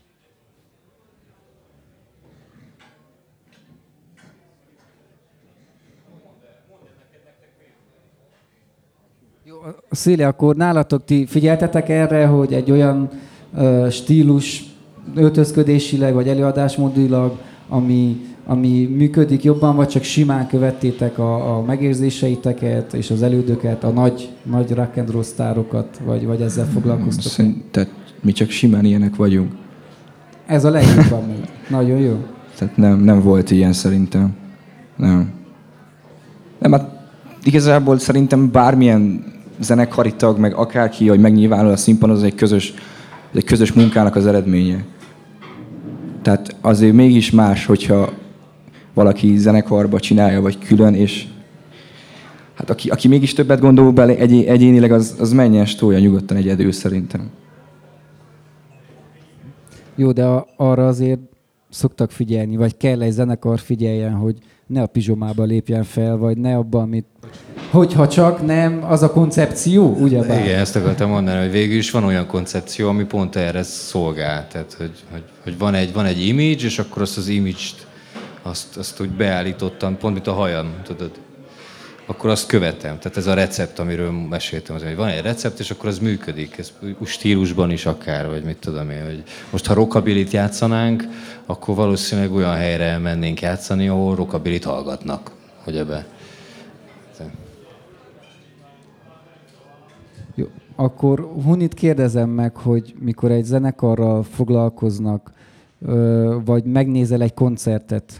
A: Szília, akkor nálatok ti figyeltetek erre, hogy egy olyan stílus öltözködésileg vagy előadásmódilag, ami működik jobban, vagy csak simán követtétek a megérzéseiteket és az elődöket, a nagy rock and roll sztárokat, vagy ezzel foglalkoztok?
D: Tehát mi csak simán ilyenek vagyunk.
A: Ez a legjobb amúgy. Nagyon jó.
D: Tehát nem volt ilyen szerintem. Nem, hát igazából szerintem bármilyen zenekari tag, meg akárki, hogy megnyilvánul a színpadon, az egy közös munkának az eredménye. Tehát azért mégis más, hogyha valaki zenekarba csinálja, vagy külön, és hát aki mégis többet gondol bele egyénileg, az menjen, tolja nyugodtan egyedül szerintem.
A: Jó, de arra azért szoktak figyelni, vagy kell egy zenekar figyeljen, hogy ne a pizsomába lépjen fel, vagy ne abba, amit... Hogyha csak nem az a koncepció, ugyebár?
F: Igen, ezt akartam mondani, hogy végül is van olyan koncepció, ami pont erre szolgál. Tehát, hogy van egy image, és akkor azt az image-t azt úgy beállítottam, pont mint a hajam, tudod. Akkor azt követem. Tehát ez a recept, amiről meséltem, hogy van egy recept, és akkor az működik. Ez stílusban is akár, vagy mit tudom én. Hogy most ha rockabilit játszanánk, akkor valószínűleg olyan helyre mennénk játszani, ahol rockabilit hallgatnak. Hogy ebbe.
A: Jó, akkor Hunit kérdezem meg, hogy mikor egy zenekarral foglalkoznak, vagy megnézel egy koncertet,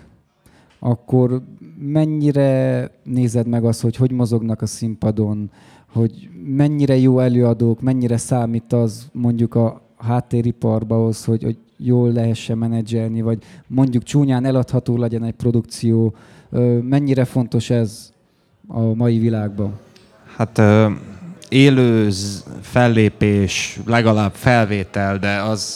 A: akkor mennyire nézed meg azt, hogy mozognak a színpadon, hogy mennyire jó előadók, mennyire számít az mondjuk a háttériparba ahhoz, hogy jól lehessen menedzselni, vagy mondjuk csúnyán eladható legyen egy produkció. Mennyire fontos ez a mai világban?
B: Hát élő fellépés, legalább felvétel, de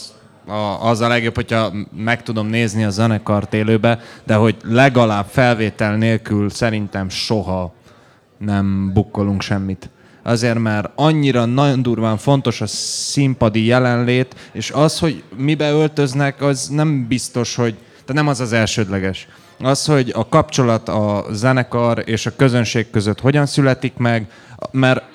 B: az a legjobb, hogyha meg tudom nézni a zenekart élőbe, de hogy legalább felvétel nélkül szerintem soha nem bukkolunk semmit. Azért, mert annyira nagyon durván fontos a színpadi jelenlét, és az, hogy mibe öltöznek, az nem biztos, hogy... Tehát nem az az elsődleges. Az, hogy a kapcsolat a zenekar és a közönség között hogyan születik meg, mert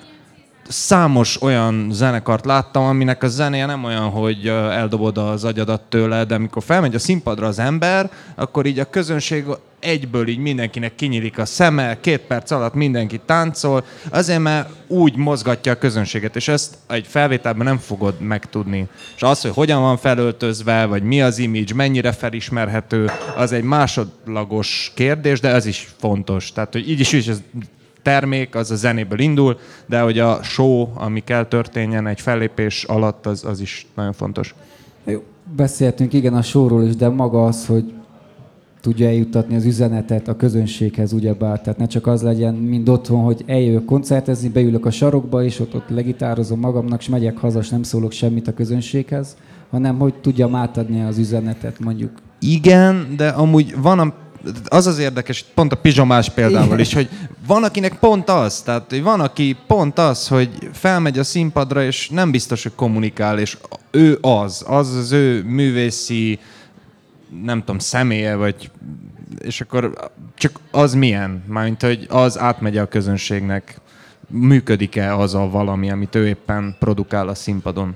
B: számos olyan zenekart láttam, aminek a zenéje nem olyan, hogy eldobod az agyadat tőle, de amikor felmegy a színpadra az ember, akkor így a közönség egyből így mindenkinek kinyílik a szeme, 2 perc alatt mindenki táncol, azért mert úgy mozgatja a közönséget, és ezt egy felvételben nem fogod megtudni. És az, hogy hogyan van felöltözve, vagy mi az image, mennyire felismerhető, az egy másodlagos kérdés, de ez is fontos. Tehát, hogy így is ez termék, az a zenéből indul, de hogy a show, ami kell történjen egy fellépés alatt, az is nagyon fontos.
A: Jó, beszéltünk igen a showról is, de maga az, hogy tudja eljuttatni az üzenetet a közönséghez, ugyebár. Tehát ne csak az legyen, mint otthon, hogy eljövök koncertezni, beülök a sarokba, és ott legitározom magamnak, és megyek haza, és nem szólok semmit a közönséghez, hanem hogy tudjam átadni az üzenetet, mondjuk.
B: Igen, de amúgy van az érdekes, pont a pizsomás példával is, hogy van, akinek pont az, tehát hogy van, aki pont az, hogy felmegy a színpadra, és nem biztos, hogy kommunikál, és ő az ő művészi, nem tudom, személye, vagy, és akkor csak az milyen, mármint, hogy az átmegy a közönségnek, működik-e az a valami, amit ő éppen produkál a színpadon.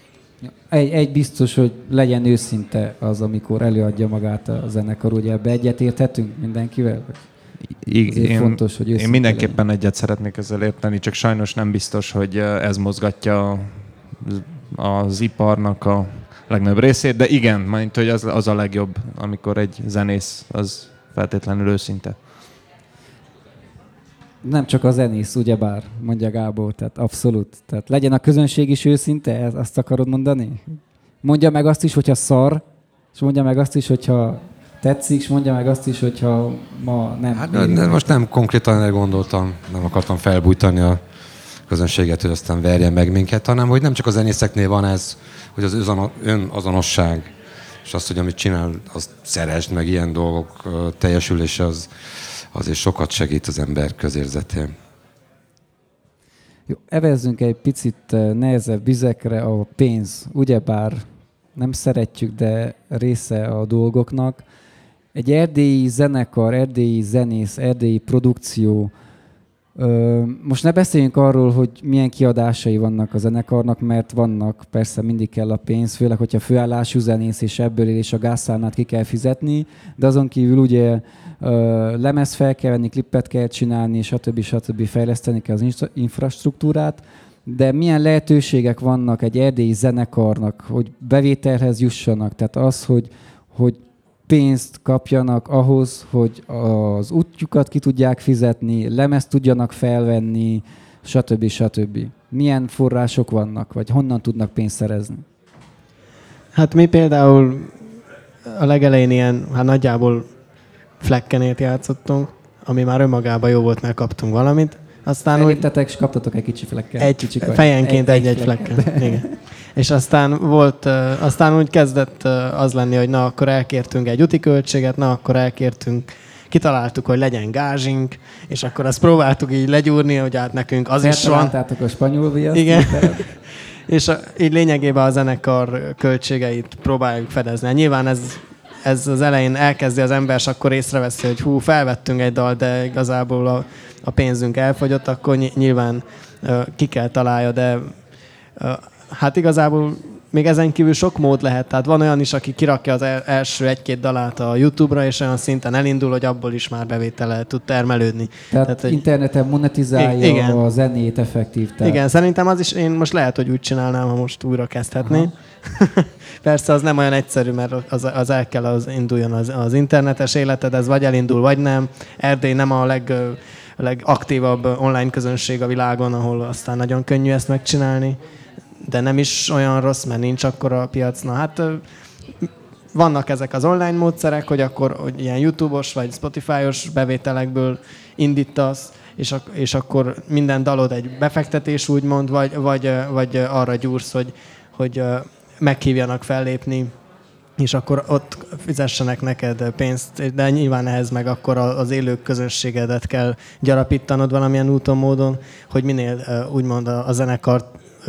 A: Egy biztos, hogy legyen őszinte az, amikor előadja magát a zenekar, ugye ebbe egyetérthetünk mindenkivel? Fontos, hogy
B: én mindenképpen legyen. Egyet szeretnék ezzel érteni, csak sajnos nem biztos, hogy ez mozgatja az iparnak a legnagyobb részét, de igen, mint hogy az a legjobb, amikor egy zenész az feltétlenül őszinte.
A: Nem csak a zenész, ugyebár, mondja Gábor, tehát abszolút. Tehát legyen a közönség is őszinte, azt akarod mondani? Mondja meg azt is, hogyha szar, és mondja meg azt is, hogyha tetszik, és mondja meg azt is, hogyha ma nem.
H: Hát most nem konkrétan erre gondoltam, nem akartam felbújtani a közönséget, hogy aztán verjen meg minket, hanem hogy nem csak a zenészeknél van ez, hogy az önazonosság, és azt, hogy amit csinál, azt szeresd, meg ilyen dolgok teljesülése, az azért sokat segít az ember közérzetén.
A: Jó, evezzünk egy picit nehezebb vizekre, a pénz, ugyebár nem szeretjük, de része a dolgoknak. Egy erdélyi zenekar, erdélyi zenész, erdélyi produkció, most ne beszéljünk arról, hogy milyen kiadásai vannak a zenekarnak, mert vannak, persze mindig kell a pénz, főleg, hogyha főállású zenész és ebből él, és a gázszámlát ki kell fizetni, de azon kívül ugye lemez fel kell venni, klippet kell csinálni, stb. Fejleszteni kell az infrastruktúrát, de milyen lehetőségek vannak egy erdélyi zenekarnak, hogy bevételhez jussanak, tehát az, hogy pénzt kapjanak ahhoz, hogy az útjukat ki tudják fizetni, lemezt tudjanak felvenni, stb. Milyen források vannak, vagy honnan tudnak pénzt szerezni?
C: Hát mi például a legelején ilyen, hát nagyjából Flekkenét játszottunk, ami már önmagában jó volt, mert kaptunk valamit. Aztán
A: elértetek, és kaptatok egy kicsi flekket.
C: Fejenként egy flekket. Igen. És aztán úgy kezdett az lenni, hogy na, akkor elkértünk egy úti költséget, na, akkor kitaláltuk, hogy legyen gázsink, és akkor azt próbáltuk így legyúrni, hogy hát nekünk az is van.
A: Feltaláltátok a spanyol viaszt.
C: Igen. És így lényegében a zenekar költségeit próbáljuk fedezni. Nyilván ez az elején elkezdi az ember, és akkor észreveszi, hogy felvettünk egy dalt, de igazából a pénzünk elfogyott, akkor nyilván ki kell találja, de hát igazából még ezen kívül sok mód lehet. Tehát van olyan is, aki kirakja az első egy-két dalát a YouTube-ra, és olyan szinten elindul, hogy abból is már bevétele tud termelődni.
A: Tehát interneten monetizálja a zenét effektív. Tehát.
C: Igen, szerintem az is, én most lehet, hogy úgy csinálnám, ha most újra kezdhetném. Persze az nem olyan egyszerű, mert az el kell induljon az internetes életed, ez vagy elindul, vagy nem. Erdély nem a legaktívabb online közönség a világon, ahol aztán nagyon könnyű ezt megcsinálni, de nem is olyan rossz, mert nincs akkora a piac. Na hát vannak ezek az online módszerek, hogy akkor ilyen YouTube-os vagy Spotify-os bevételekből indítasz, és akkor minden dalod egy befektetés úgymond, vagy arra gyúrsz, hogy meghívjanak fellépni, és akkor ott fizessenek neked pénzt, de nyilván ehhez meg akkor az élők közönségedet kell gyarapítanod valamilyen úton, módon, hogy minél úgymond a zenekar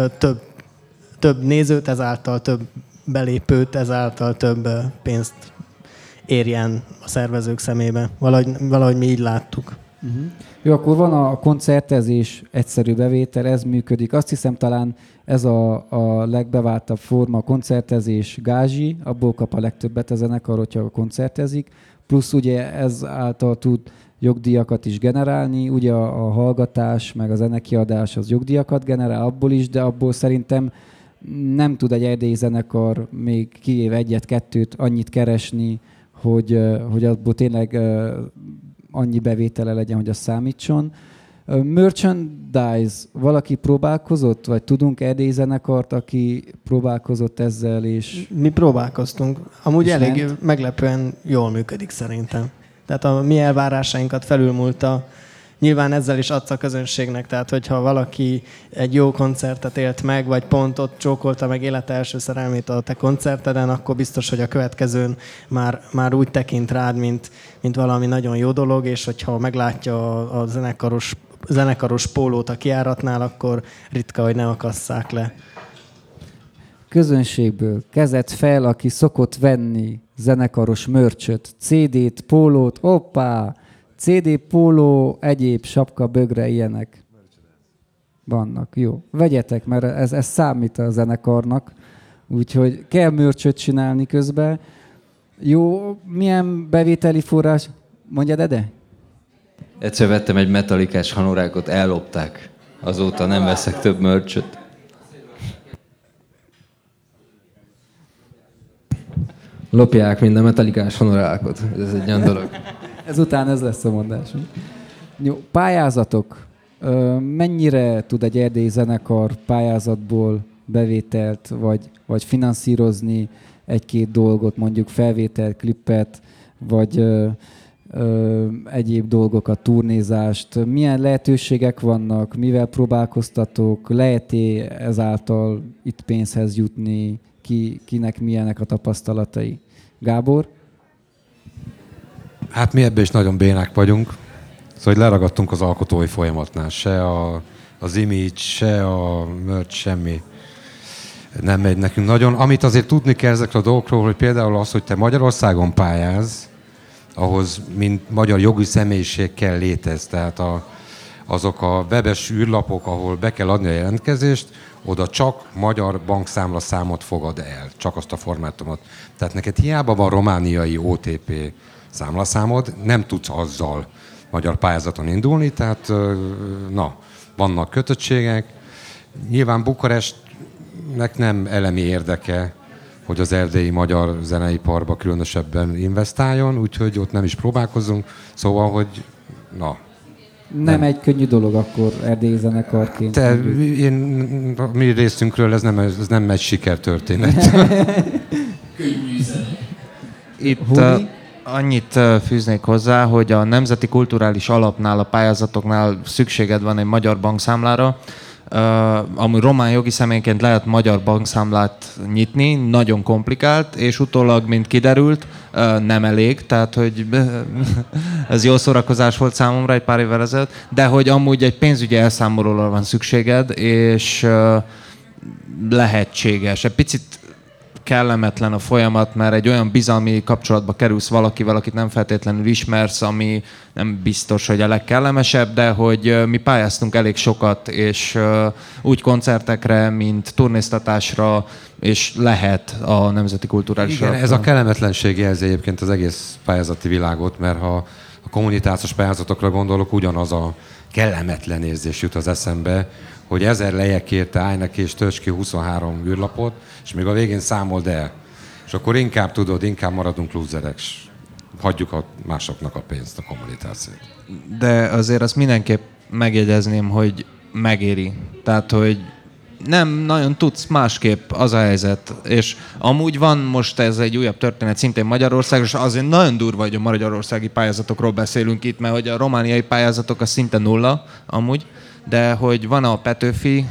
C: több nézőt, ezáltal több belépőt, ezáltal több pénzt érjen a szervezők szemébe. Valahogy mi így láttuk.
A: Uh-huh. Jó, akkor van a koncertezés, egyszerű bevétel, ez működik. Azt hiszem talán ez a legbeváltabb forma, a koncertezés gázsi, abból kap a legtöbbet a zenekar, hogyha koncertezik. Plusz ugye ez által tud jogdíjakat is generálni, ugye a hallgatás, meg a zenekiadás az jogdíjakat generál abból is, de abból szerintem nem tud egy erdélyi zenekar még kivéve egyet-kettőt annyit keresni, hogy abból tényleg annyi bevétele legyen, hogy az számítson. Merchandise, valaki próbálkozott, vagy tudunk erdélyi zenekart, aki próbálkozott ezzel, és...
C: Mi próbálkoztunk. Amúgy elég meglepően jól működik szerintem. Tehát a mi elvárásainkat felülmúlta. Nyilván ezzel is adsz a közönségnek, tehát hogyha valaki egy jó koncertet élt meg, vagy pont ott csókolta meg élete első szerelmét a te koncerteden, akkor biztos, hogy a következőn már úgy tekint rád, mint valami nagyon jó dolog, és hogyha meglátja a zenekaros pólót a kijáratnál, akkor ritka, hogy ne akasszák le.
A: Közönségből kezet fel, aki szokott venni zenekaros mörcsöt, CD-t, pólót, hoppá! CD, póló, egyéb sapka, bögre, ilyenek vannak. Jó, vegyetek, mert ez számít a zenekarnak, úgyhogy kell mörcsöt csinálni közben. Jó, milyen bevételi forrás? Mondjad, Ede?
F: Egyszer vettem egy metalikás hanorákot, ellopták. Azóta nem veszek több mörcsöt.
E: Lopják minden metalikás honorákot. Ez egy olyan dolog.
A: Ezután ez lesz a mondás. Jó, pályázatok. Mennyire tud egy erdélyi zenekar pályázatból bevételt, vagy finanszírozni egy-két dolgot, mondjuk felvételt, klippet, vagy egyéb dolgokat, turnézást? Milyen lehetőségek vannak? Mivel próbálkoztatok? Lehet-e ezáltal itt pénzhez jutni? Kinek milyenek a tapasztalatai? Gábor?
H: Hát mi ebben is nagyon bénák vagyunk. Szóval hogy leragadtunk az alkotói folyamatnál. Se az image, se a merch, semmi nem megy nekünk nagyon. Amit azért tudni kell ezekről a dolgokról, hogy például az, hogy te Magyarországon pályáz, ahhoz mint magyar jogi személyiség kell létez. Tehát azok a webes űrlapok, ahol be kell adni a jelentkezést, oda csak magyar bankszámlaszámot fogad el, csak azt a formátumot. Tehát neked hiába van romániai OTP számlaszámod, nem tudsz azzal magyar pályázaton indulni, tehát vannak kötöttségek. Nyilván Bukarestnek nem elemi érdeke, hogy az erdélyi magyar zeneiparba különösebben investáljon, úgyhogy ott nem is próbálkozunk. Szóval, hogy
A: Nem egy könnyű dolog akkor erdélyi zenekarként.
H: Mi részünkről ez nem egy sikertörténet.
B: Itt Annyit fűznék hozzá, hogy a Nemzeti Kulturális Alapnál, a pályázatoknál szükséged van egy magyar bankszámlára. Amúgy román jogi személyként lehet magyar bankszámlát nyitni, nagyon komplikált, és utólag, mint kiderült, nem elég, tehát hogy ez jó szórakozás volt számomra egy pár évvel ezelőtt, de hogy amúgy egy pénzügyi elszámolóra van szükséged, és lehetséges. Egy picit kellemetlen a folyamat, mert egy olyan bizalmi kapcsolatba kerülsz valakivel, akit nem feltétlenül ismersz, ami nem biztos, hogy a legkellemesebb, de hogy mi pályáztunk elég sokat, és úgy koncertekre, mint turnéztatásra, és lehet a Nemzeti Kulturális
H: Igen,
B: Alapra.
H: ez a kellemetlenség jelzi egyébként az egész pályázati világot, mert ha a kommunitációs pályázatokra gondolok, ugyanaz a kellemetlen érzés jut az eszembe, hogy 1000 lejekért állj neki és tölts ki 23 űrlapot, és még a végén számold el. És akkor inkább tudod, inkább maradunk lúzerek, és hagyjuk a másoknak a pénzt, a kommunitációt.
B: De azért azt mindenképp megjegyezném, hogy megéri. Tehát, hogy nem nagyon tudsz másképp, az a helyzet. És amúgy van most ez egy újabb történet, szintén Magyarországon, és azért nagyon durva, hogy a magyarországi pályázatokról beszélünk itt, mert hogy a romániai pályázatok az szinte nulla amúgy, de hogy van a Petőfi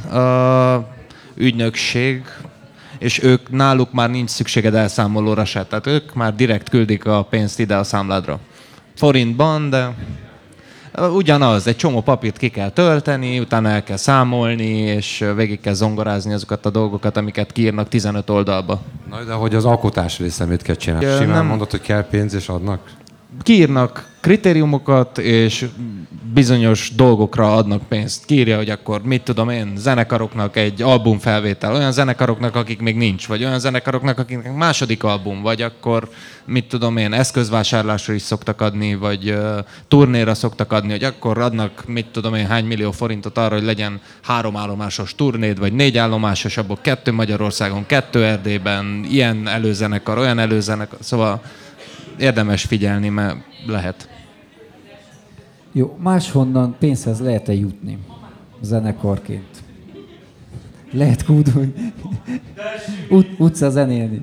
B: ügynökség, és ők náluk már nincs szükséged elszámolóra se, tehát ők már direkt küldik a pénzt ide a számládra. Forintban, de ugyanaz, egy csomó papírt ki kell tölteni, utána el kell számolni, és végig kell zongorázni azokat a dolgokat, amiket kiírnak 15 oldalba.
H: Na, de hogy az alkotás része mit kell csinálni? Simán
B: nem
H: mondod, hogy kell pénz, és adnak?
B: Kiírnak kritériumokat, és bizonyos dolgokra adnak pénzt. Kiírja, hogy akkor mit tudom én, zenekaroknak egy albumfelvétel, olyan zenekaroknak, akik még nincs, vagy olyan zenekaroknak, akiknek második album, vagy akkor mit tudom én, eszközvásárlásra is szoktak adni, vagy turnéra szoktak adni, hogy akkor adnak mit tudom én hány millió forintot arra, hogy legyen 3 állomásos turnéd, vagy 4 állomásos, abból 2 Magyarországon, 2 Erdélyben, ilyen előzenekar, olyan előzenekar, szóval érdemes figyelni, mert lehet.
A: Jó, máshonnan pénzhez lehet-e jutni zenekarként? Lehet kúdulni? Utca zenélni?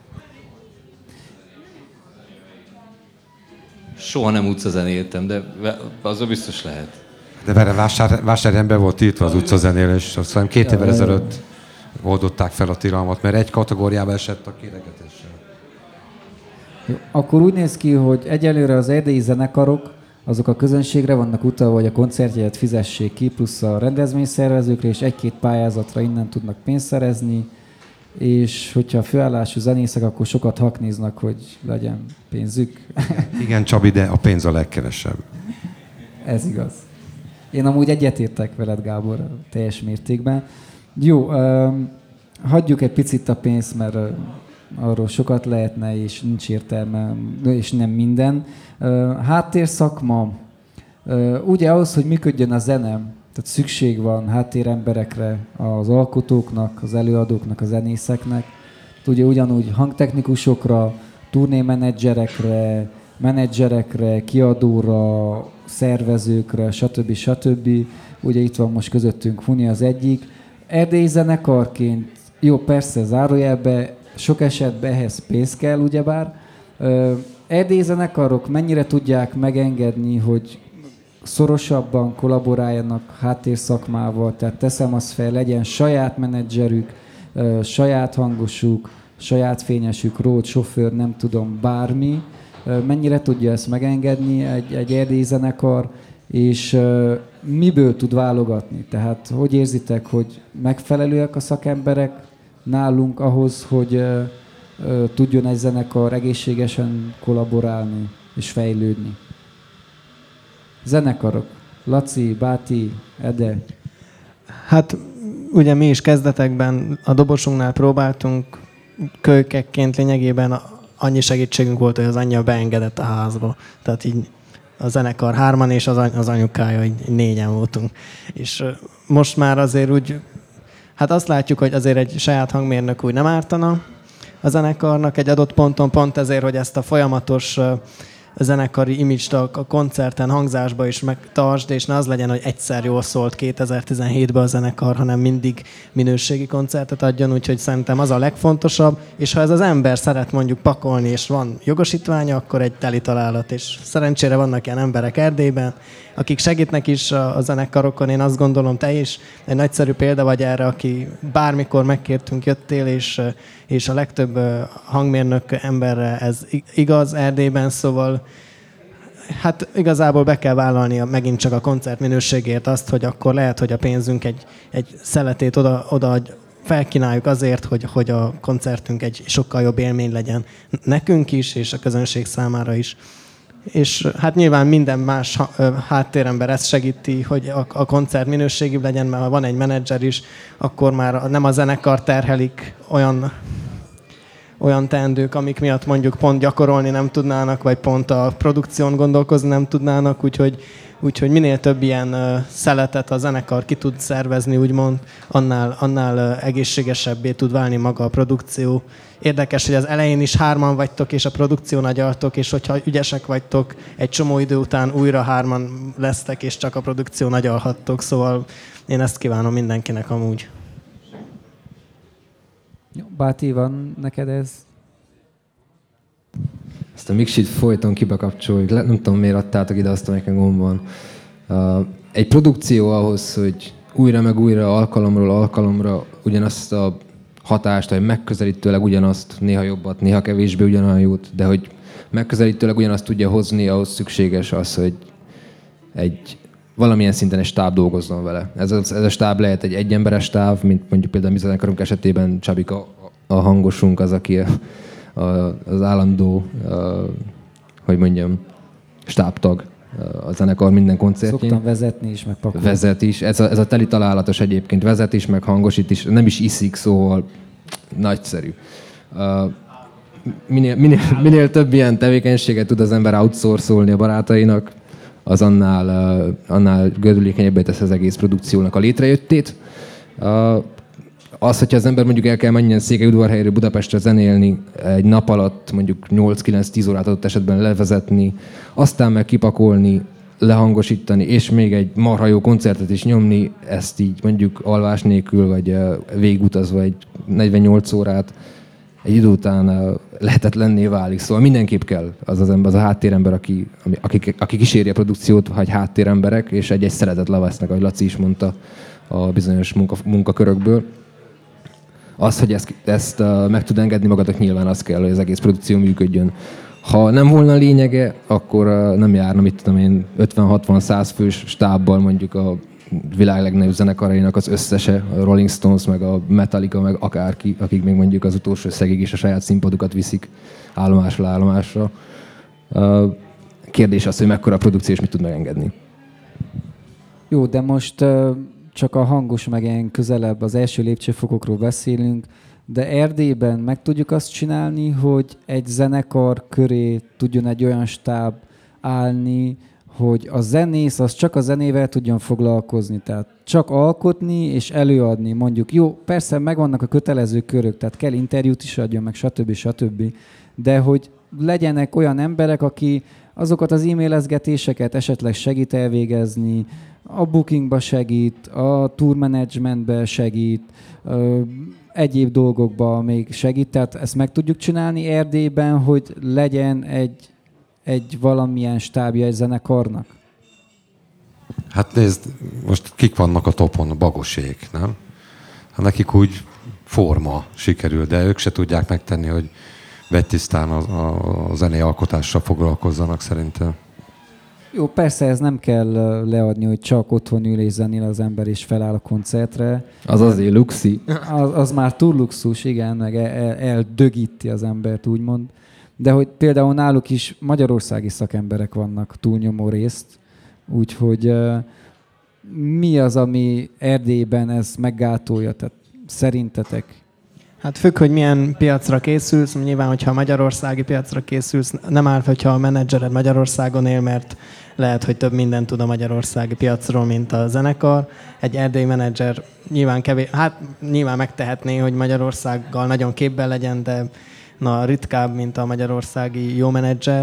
F: Soha nem utcazenéltem, de azon biztos lehet.
H: De vele Vásárhelyen be volt tiltva az utcazenélés, azt hiszem 2 évvel ezelőtt oldották fel a tilalmat, mert egy kategóriába esett a kiregetéssel.
A: Jó, akkor úgy néz ki, hogy egyelőre az erdélyi zenekarok azok a közönségre vannak utalva, hogy a koncertjegyet fizessék ki, plusz a rendezvényszervezőkre, és 1-2 pályázatra innen tudnak pénzt szerezni, és hogyha a főállású zenészek, akkor sokat haknéznak, hogy legyen pénzük.
H: Igen, Csabi, de a pénz a legkevesebb.
A: Ez igaz. Én amúgy egyetértek veled, Gábor, teljes mértékben. Jó, hagyjuk egy picit a pénzt, mert arról sokat lehetne, és nincs értelme, és nem minden. Háttérszakma, ugye ahhoz, hogy működjön a zene, tehát szükség van háttéremberekre, az alkotóknak, az előadóknak, a zenészeknek, ugye ugyanúgy hangtechnikusokra, turnémenedzserekre, kiadóra, szervezőkre, stb. Ugye itt van most közöttünk Funi az egyik. Erdélyi zenekarként, jó, persze, zárójelbe, sok esetben ehhez pénz kell, ugyebár. Erdélyi zenekarok mennyire tudják megengedni, hogy szorosabban kollaboráljanak háttérszakmával, tehát teszem azt fel, legyen saját menedzserük, saját hangosuk, saját fényesük, ród, sofőr, nem tudom, bármi. Mennyire tudja ezt megengedni egy erdélyi zenekar, és miből tud válogatni? Tehát hogy érzitek, hogy megfelelőek a szakemberek nálunk ahhoz, hogy tudjon egy zenekar egészségesen kollaborálni és fejlődni? Zenekarok. Laci, Báti, Ede.
C: Hát ugye mi is kezdetekben a dobosunknál próbáltunk, kölykekként lényegében annyi segítségünk volt, hogy az anyja beengedett a házba. Tehát így a zenekar 3-an és az anyukája, így 4-en voltunk. És most már azért úgy, hát azt látjuk, hogy azért egy saját hangmérnök úgy nem ártana a zenekarnak egy adott ponton, pont ezért, hogy ezt a folyamatos zenekari image-t a koncerten, hangzásba is megtartsd, és ne az legyen, hogy egyszer jól szólt 2017-ben a zenekar, hanem mindig minőségi koncertet adjon, úgyhogy szerintem az a legfontosabb, és ha ez az ember szeret mondjuk pakolni, és van jogosítványa, akkor egy teli találat, és szerencsére vannak ilyen emberek Erdélyben, akik segítnek is a zenekarokon, én azt gondolom, te is egy nagyszerű példa vagy erre, aki bármikor megkértünk, jöttél, és a legtöbb hangmérnök emberre ez igaz Erdélyben, szóval hát igazából be kell vállalni megint csak a koncert minőségért azt, hogy akkor lehet, hogy a pénzünk egy szeletét oda felkínáljuk azért, hogy a koncertünk egy sokkal jobb élmény legyen nekünk is, és a közönség számára is. És hát nyilván minden más háttérember ezt segíti, hogy a koncert minőségibb legyen, mert ha van egy menedzser is, akkor már nem a zenekar terhelik olyan teendők, amik miatt mondjuk pont gyakorolni nem tudnának, vagy pont a produkción gondolkozni nem tudnának, úgyhogy minél több ilyen szeletet a zenekar ki tud szervezni, úgymond, annál egészségesebbé tud válni maga a produkció. Érdekes, hogy az elején is 3-an vagytok, és a produkción agyaltok, és hogyha ügyesek vagytok, egy csomó idő után újra 3-an lesztek, és csak a produkción agyalhattok, szóval én ezt kívánom mindenkinek amúgy.
A: Jó, Báti, van neked ez?
E: Ezt a mixit folyton kibekapcsoljuk. Nem tudom, miért adtátok ide azt, amelyeken gomb van. Egy produkció ahhoz, hogy újra meg újra, alkalomról alkalomra ugyanazt a hatást, vagy megközelítőleg ugyanazt, néha jobbat, néha kevésbé ugyanolyan jót, de hogy megközelítőleg ugyanazt tudja hozni, ahhoz szükséges az, hogy valamilyen szinten egy stáb dolgozzon vele. Ez a stáb lehet egy egyemberes stáb, mint mondjuk például mi zenekarunk esetében Csabika, a hangosunk, az, aki az állandó, hogy mondjam, stábtag a zenekar minden koncertjén.
A: Szoktam vezetni is, meg pakolni.
E: Vezet is. Ez a teli találatos egyébként. Vezet is, meg hangosít is. Nem is iszik, szóval nagyszerű. Minél több ilyen tevékenységet tud az ember outsourcolni a barátainak, az annál gördülékenyebbé tesz az egész produkciónak a létrejöttét. Az, hogyha az ember mondjuk el kell menjen Székelyudvarhelyről Budapestre zenélni, egy nap alatt mondjuk 8-9-10 órát adott esetben levezetni, aztán meg kipakolni, lehangosítani, és még egy marha jó koncertet is nyomni, ezt így mondjuk alvás nélkül, vagy végigutazva egy 48 órát, egy idő után lehetetlenné válik. Szóval mindenképp kell az ember, az a háttérember, aki kíséri a produkciót, vagy háttéremberek, és egy szeretet levesznek, ahogy Laci is mondta a bizonyos munkakörökből. Az, hogy ezt meg tud engedni magadnak, nyilván az kell, hogy az egész produkció működjön. Ha nem volna lényege, akkor nem járna, mit tudom én, 50-60-100 fős stábbal mondjuk a világ legnagyobb zenekarainak az összese, a Rolling Stones, meg a Metallica, meg akárki, akik még mondjuk az utolsó szegig is a saját színpadukat viszik állomásról állomásra. Kérdés az, hogy mekkora a produkció és mit tud megengedni.
A: Jó, de most csak a hangos, meg ilyen közelebb az első lépcsőfokokról beszélünk, de Erdélyben meg tudjuk azt csinálni, hogy egy zenekar köré tudjon egy olyan stáb állni, hogy a zenész az csak a zenével tudjon foglalkozni, tehát csak alkotni és előadni, mondjuk. Jó, persze megvannak a kötelező körök, tehát kell interjút is adjon, meg stb. De hogy legyenek olyan emberek, aki azokat az e-mailezgetéseket esetleg segít elvégezni, a bookingba segít, a tour managementbe segít, egyéb dolgokba még segít, tehát ezt meg tudjuk csinálni Erdélyben, hogy legyen egy valamilyen stábja egy zenekarnak?
H: Hát nézd, most kik vannak a topon? A Bagosék, nem? Hát nekik úgy forma sikerül, de ők se tudják megtenni, hogy vegytisztán a zenei alkotással foglalkozzanak szerintem.
A: Jó, persze ez nem kell leadni, hogy csak otthon ül és zenél az ember és feláll a koncertre.
E: Az azért luxi.
A: Az már túl luxus, igen, meg eldögíti az embert, úgymond. De hogy például náluk is magyarországi szakemberek vannak túlnyomó részt, úgyhogy mi az, ami Erdélyben ez meggátolja, tehát szerintetek?
C: Hát függ, hogy milyen piacra készülsz. Nyilván, hogyha a magyarországi piacra készülsz, nem áll, hogyha a menedzsered Magyarországon él, mert lehet, hogy több mindent tud a magyarországi piacról, mint a zenekar. Egy erdélyi menedzser nyilván megtehetné, hogy Magyarországgal nagyon képben legyen, de ritkább, mint a magyarországi jó menedzser.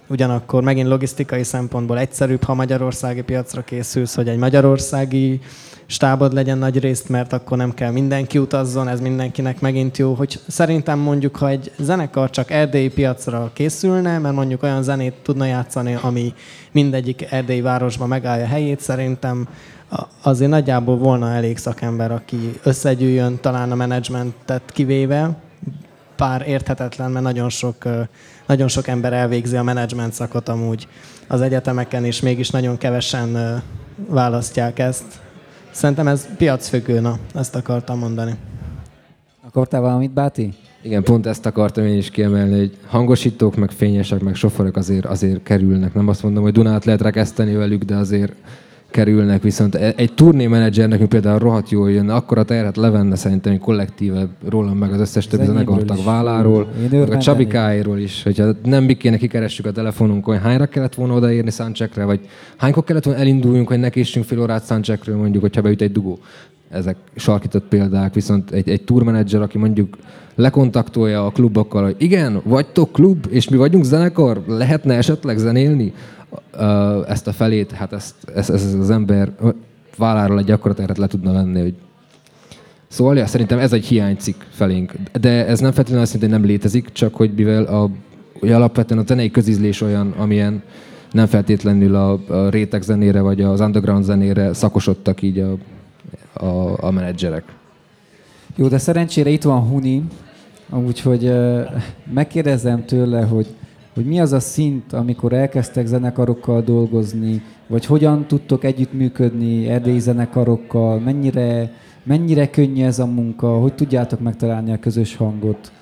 C: Ugyanakkor megint logisztikai szempontból egyszerűbb, ha magyarországi piacra készülsz, hogy egy magyarországi stábod legyen nagy részt, mert akkor nem kell mindenki utazzon, ez mindenkinek megint jó. Hogy szerintem mondjuk, ha egy zenekar csak erdélyi piacra készülne, mert mondjuk olyan zenét tudna játszani, ami mindegyik erdélyi városban megállja helyét, szerintem azért nagyjából volna elég szakember, aki összegyűjjön, talán a menedzsmentet kivéve, pár érthetetlen, mert nagyon sok ember elvégzi a menedzsment szakot amúgy az egyetemeken, és mégis nagyon kevesen választják ezt. Szerintem ez piacfüggő, ezt akartam mondani.
A: Akartál valamit, Báti?
E: Igen, pont ezt akartam én is kiemelni, hogy hangosítók, meg fényesek, meg sofőrök azért kerülnek. Nem azt mondom, hogy Dunát lehet rekeszteni velük, de azért kerülnek, viszont egy turnémenedzsernek, mint például rohadt jól jönne, akkor a terhet levenne szerintem egy kollektíve rólam meg az összes többi zenekartag válláról, meg a Csabikáéról is, hogyha nem mikéne kikeressük a telefonunkon, hogy hányra kellett volna odaérni soundcheckre, vagy hánykor kellett volna elinduljunk, hogy ne késsünk fél órát soundcheckről, mondjuk, hogyha beüt egy dugó. Ezek sarkított példák, viszont egy turmenedzser, aki mondjuk lekontaktolja a klubokkal, hogy igen, vagytok klub, és mi vagyunk zenekar, lehetne esetleg zenélni? Ezt a felét, hát ez az ember válláról egy akkora terhet le tudna venni, hogy szóval ja, szerintem ez egy hiánycikk felénk. De ez nem feltétlenül azt jelenti, hogy nem létezik, csak hogy mivel alapvetően a zenei közízlés olyan, amilyen nem feltétlenül a réteg zenére vagy az underground zenére szakosodtak így a menedzserek.
A: Jó, de szerencsére itt van Huni, úgyhogy megkérdezem tőle, hogy mi az a szint, amikor elkezdtek zenekarokkal dolgozni, vagy hogyan tudtok együttműködni erdélyi zenekarokkal, mennyire könnyű ez a munka, hogy tudjátok megtalálni a közös hangot?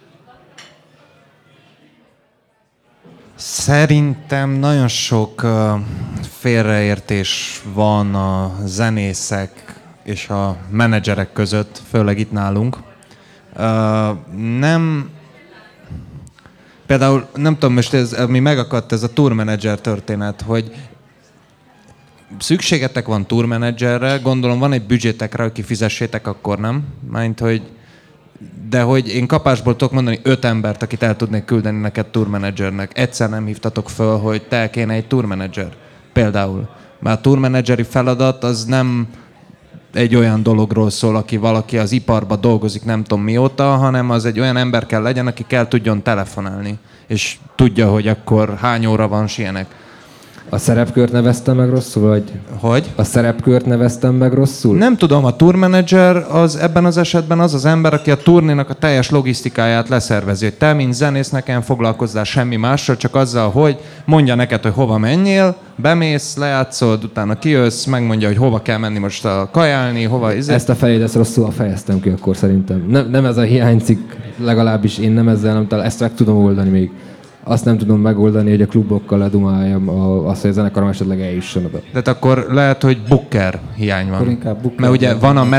B: Szerintem nagyon sok félreértés van a zenészek és a menedzserek között, főleg itt nálunk. Például nem tudom, most ami megakadt ez a tourmenedzser történet, hogy szükségetek van tourmenedzserre, gondolom van egy büdzsétekre, hogy kifizessétek, akkor nem. De hogy én kapásból tudok mondani 5 embert, akit el tudnék küldeni neked tourmenedzsernek. Egyszer nem hívtatok föl, hogy te kéne egy tourmenedzser. Például. Mert a tourmenedzseri feladat az nem egy olyan dologról szól, aki valaki az iparba dolgozik nem tudom mióta, hanem az egy olyan ember kell legyen, aki kell tudjon telefonálni. És tudja, hogy akkor hány óra van, s ilyenek.
E: A szerepkört neveztem meg rosszul, vagy?
B: Hogy?
E: A szerepkört neveztem meg rosszul?
B: Nem tudom, a tourmenedzser az ebben az esetben az ember, aki a turnénak a teljes logisztikáját leszervezi, hogy te, mint zenész, nekem foglalkozzál semmi mással, csak azzal, hogy mondja neked, hogy hova menjél, bemész, lejátszod, utána kijössz, megmondja, hogy hova kell menni most kajálni, hova...
E: Ezt a felédet rosszul fejeztem ki akkor szerintem. Nem ez a hiánycikk, legalábbis én nem ezzel, nem, ezt meg tudom oldani még. Azt nem tudom megoldani, hogy a klubokkal ledumáljam azt, hogy a zenekarom esetleg eljusson oda.
B: Tehát akkor lehet, hogy booker hiány van. Mert ugye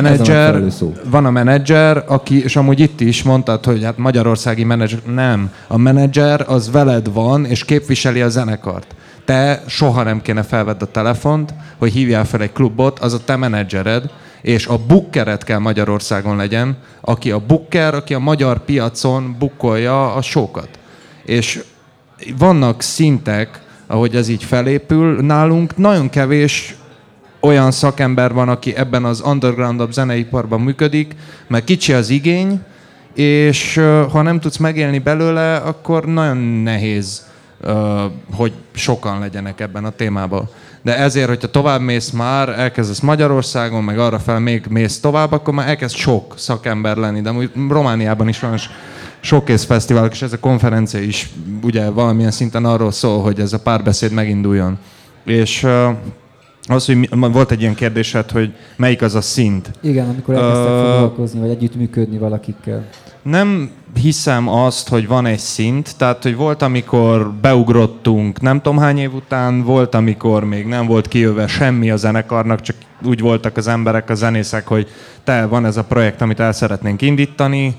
B: van a menedzser, aki, és amúgy itt is mondtad, hogy hát magyarországi menedzser, nem. A menedzser az veled van, és képviseli a zenekart. Te soha nem kéne felvedd a telefont, hogy hívjál fel egy klubot, az a te menedzsered, és a bookered kell Magyarországon legyen, aki a magyar piacon bookolja a show-kat. És vannak szintek, ahogy ez így felépül, nálunk nagyon kevés olyan szakember van, aki ebben az underground-abb zeneiparban működik, mert kicsi az igény, és ha nem tudsz megélni belőle, akkor nagyon nehéz, hogy sokan legyenek ebben a témában. De ezért, hogyha tovább mész már, elkezdesz Magyarországon, meg arra fel még mész tovább, akkor már elkezd sok szakember lenni. De Romániában is van showcase fesztiválok, és ez a konferencia is ugye valamilyen szinten arról szól, hogy ez a párbeszéd meginduljon. És az, hogy volt egy ilyen kérdésed, hogy melyik az a szint.
A: Igen, amikor elkezdtek foglalkozni, vagy együttműködni valakikkel.
B: Nem hiszem azt, hogy van egy szint, tehát, hogy volt, amikor beugrottunk nem tudom hány év után, volt, amikor még nem volt kijöve semmi a zenekarnak, csak úgy voltak az emberek, a zenészek, hogy van ez a projekt, amit el szeretnénk indítani.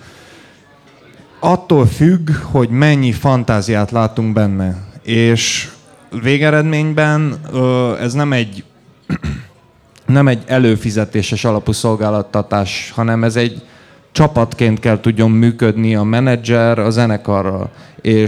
B: Attól függ, hogy mennyi fantáziát látunk benne. És végeredményben ez nem egy előfizetéses alapú szolgáltatás, hanem ez egy csapatként kell tudjon működni a menedzser a zenekarral. És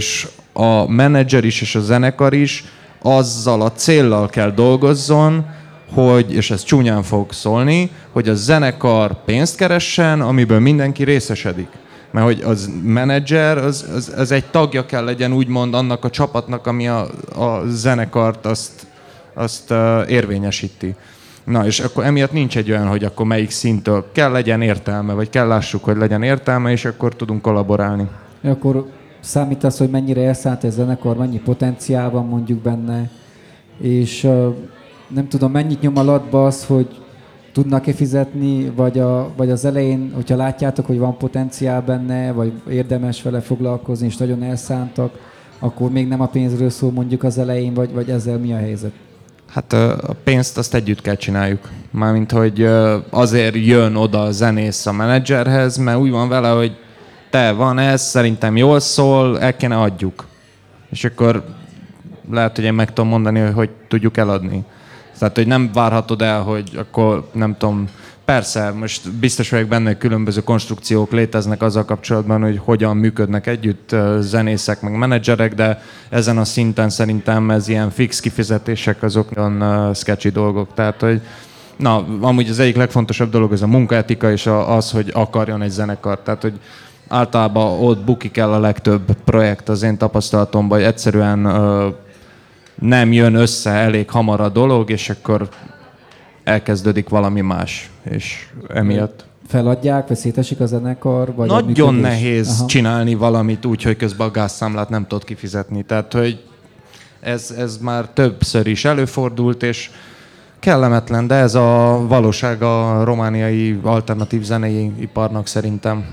B: a menedzser is és a zenekar is azzal a céllal kell dolgozzon, hogy, és ez csúnyán fog szólni, hogy a zenekar pénzt keressen, amiből mindenki részesedik. Mert hogy az menedzser, az egy tagja kell legyen úgymond annak a csapatnak, ami a zenekart azt érvényesíti. Na, és akkor emiatt nincs egy olyan, hogy akkor melyik szintől kell legyen értelme, vagy kell lássuk, hogy legyen értelme, és akkor tudunk kollaborálni.
A: Akkor számítasz, hogy mennyire elszállt egy zenekar, mennyi potenciál van mondjuk benne, és nem tudom, mennyit nyom alatba az, hogy tudnak-e fizetni, vagy az elején, hogyha látjátok, hogy van potenciál benne, vagy érdemes vele foglalkozni, és nagyon elszántak, akkor még nem a pénzről szól mondjuk az elején, vagy ezzel mi a helyzet?
B: Hát a pénzt azt együtt kell csináljuk. Mármint, hogy azért jön oda a zenész a menedzserhez, mert úgy van vele, hogy van ez, szerintem jól szól, el kéne adjuk. És akkor lehet, hogy én meg tudom mondani, hogy tudjuk eladni. Tehát, hogy nem várhatod el, hogy akkor nem tudom, persze, most biztos vagyok benne, hogy különböző konstrukciók léteznek azzal kapcsolatban, hogy hogyan működnek együtt zenészek, meg menedzserek, de ezen a szinten szerintem ez ilyen fix kifizetések, azok nagyon sketchy dolgok. Tehát, hogy amúgy az egyik legfontosabb dolog az a munkaetika és az, hogy akarjon egy zenekar. Tehát, hogy általában ott bukik el a legtöbb projekt az én tapasztalatomban, hogy egyszerűen nem jön össze elég hamar a dolog, és akkor elkezdődik valami más, és emiatt.
A: Feladják, vagy szétesik a zenekar? Vagy
B: nagyon nehéz csinálni valamit úgy, hogy közben a gázszámlát nem tudod kifizetni. Tehát, hogy ez már többször is előfordult, és kellemetlen, de ez a valóság a romániai alternatív zenei iparnak szerintem.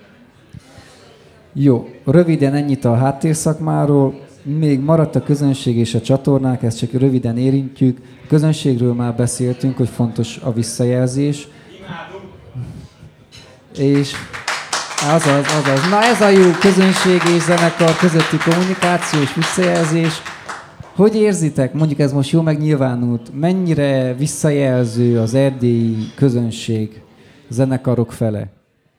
A: Jó, röviden ennyit a háttérszakmáról. Még maradt a közönség és a csatornák, ezt csak röviden érintjük. A közönségről már beszéltünk, hogy fontos a visszajelzés. És azaz. Na ez a jó közönség és zenekar közötti kommunikáció és visszajelzés. Hogy érzitek? Mondjuk ez most jó megnyilvánult. Mennyire visszajelző az erdélyi közönség zenekarok fele?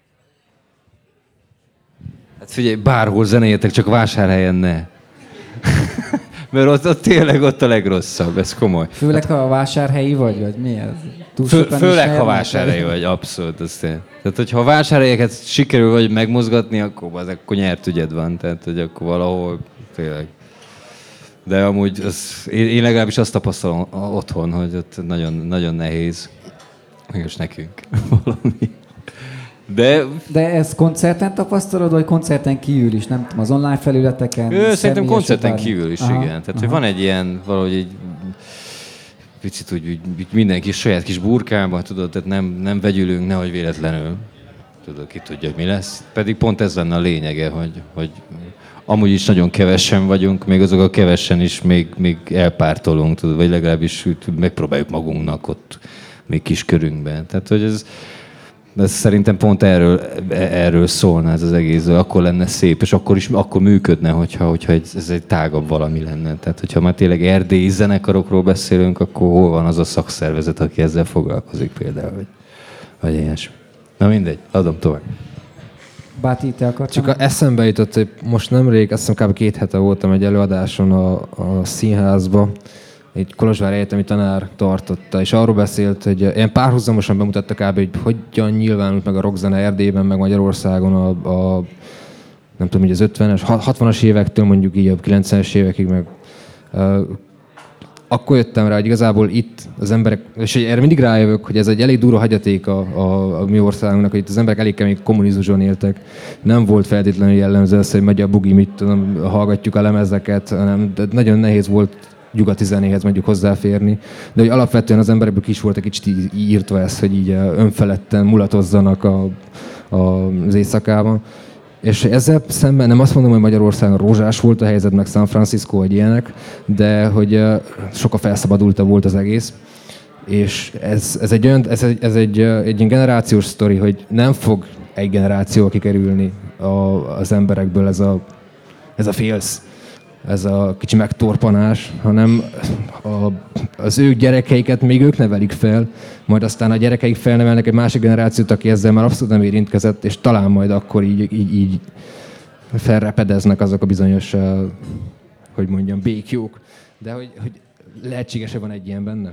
F: Hát figyelj, bárhol zenéjetek, csak Vásárhelyen ne. Mert ott tényleg ott a legrosszabb, ez komoly.
A: Főleg, ha a vásárhelyi vagy mi ez?
F: Főleg, ha vásárhelyi vagy, abszolút. Tehát, hogyha a vásárhelyeket sikerül vagy megmozgatni, akkor nyert ügyed van. Tehát, hogy akkor valahol tényleg. De amúgy én legalábbis azt tapasztalom otthon, hogy ott nagyon, nagyon nehéz. Mégis nekünk valami. De
A: ezt koncerten tapasztalod, vagy koncerten kívül is? Nem tudom, az online felületeken?
F: Szerintem koncerten kívül is, igen. Tehát, hogy van egy ilyen, valahogy egy picit úgy mindenki saját kis burkában, tudod, tehát nem vegyülünk, nehogy véletlenül. Tudod, ki tudja, mi lesz. Pedig pont ez lenne a lényege, hogy amúgy is nagyon kevesen vagyunk, még azok a kevesen is még elpártolunk, tudod, vagy legalábbis megpróbáljuk magunknak ott még kis körünkben. Tehát, hogy ez szerintem pont erről szólna ez az egész, akkor lenne szép, és akkor működne, hogyha ez egy tágabb valami lenne. Tehát, hogyha már tényleg erdélyi zenekarokról beszélünk, akkor hol van az a szakszervezet, aki ezzel foglalkozik például, vagy ilyesmi. Na mindegy, adom tovább.
A: Báti, te akartál?
E: Csak eszembe jutott, hogy most nemrég, azt hiszem kb. 2 hete voltam egy előadáson a színházba, egy kolozsvári egyetemi tanár tartotta, és arról beszélt, hogy ilyen párhuzamosan bemutatta kb. Hogy hogyan nyilvánult meg a rockzene Erdélyben, meg Magyarországon a nem tudom, így az 50-es, 60-as évektől mondjuk így a 90-es évekig, meg akkor jöttem rá, hogy igazából itt az emberek, és erre mindig rájövök, hogy ez egy elég durva hagyaték a mi országunknak, hogy itt az emberek elég kemény kommunizmuson éltek. Nem volt feltétlenül jellemző az, hogy megy a bugi, mit tudom, hallgatjuk a lemezeket, hanem nagyon nehéz volt nyugati zenéhez mondjuk hozzáférni, de hogy alapvetően az emberekből is volt egy kicsit írtva ez, hogy így önfeledten mulatozzanak az éjszakában. És ezzel szemben nem azt mondom, hogy Magyarországon rózsás volt a helyzet, meg San Francisco, vagy ilyenek, de hogy sokkal felszabadultabb volt az egész. És ez egy ilyen generációs sztori, hogy nem fog egy generáció kikerülni az emberekből ez a félsz, ez a kicsi megtorpanás, hanem az ő gyerekeiket még ők nevelik fel, majd aztán a gyerekeik felnevelnek egy másik generációt, aki ezzel már abszolút nem érintkezett, és talán majd akkor így felrepedeznek azok a bizonyos, hogy mondjam, békjók. De hogy lehetséges-e van egy ilyen benne?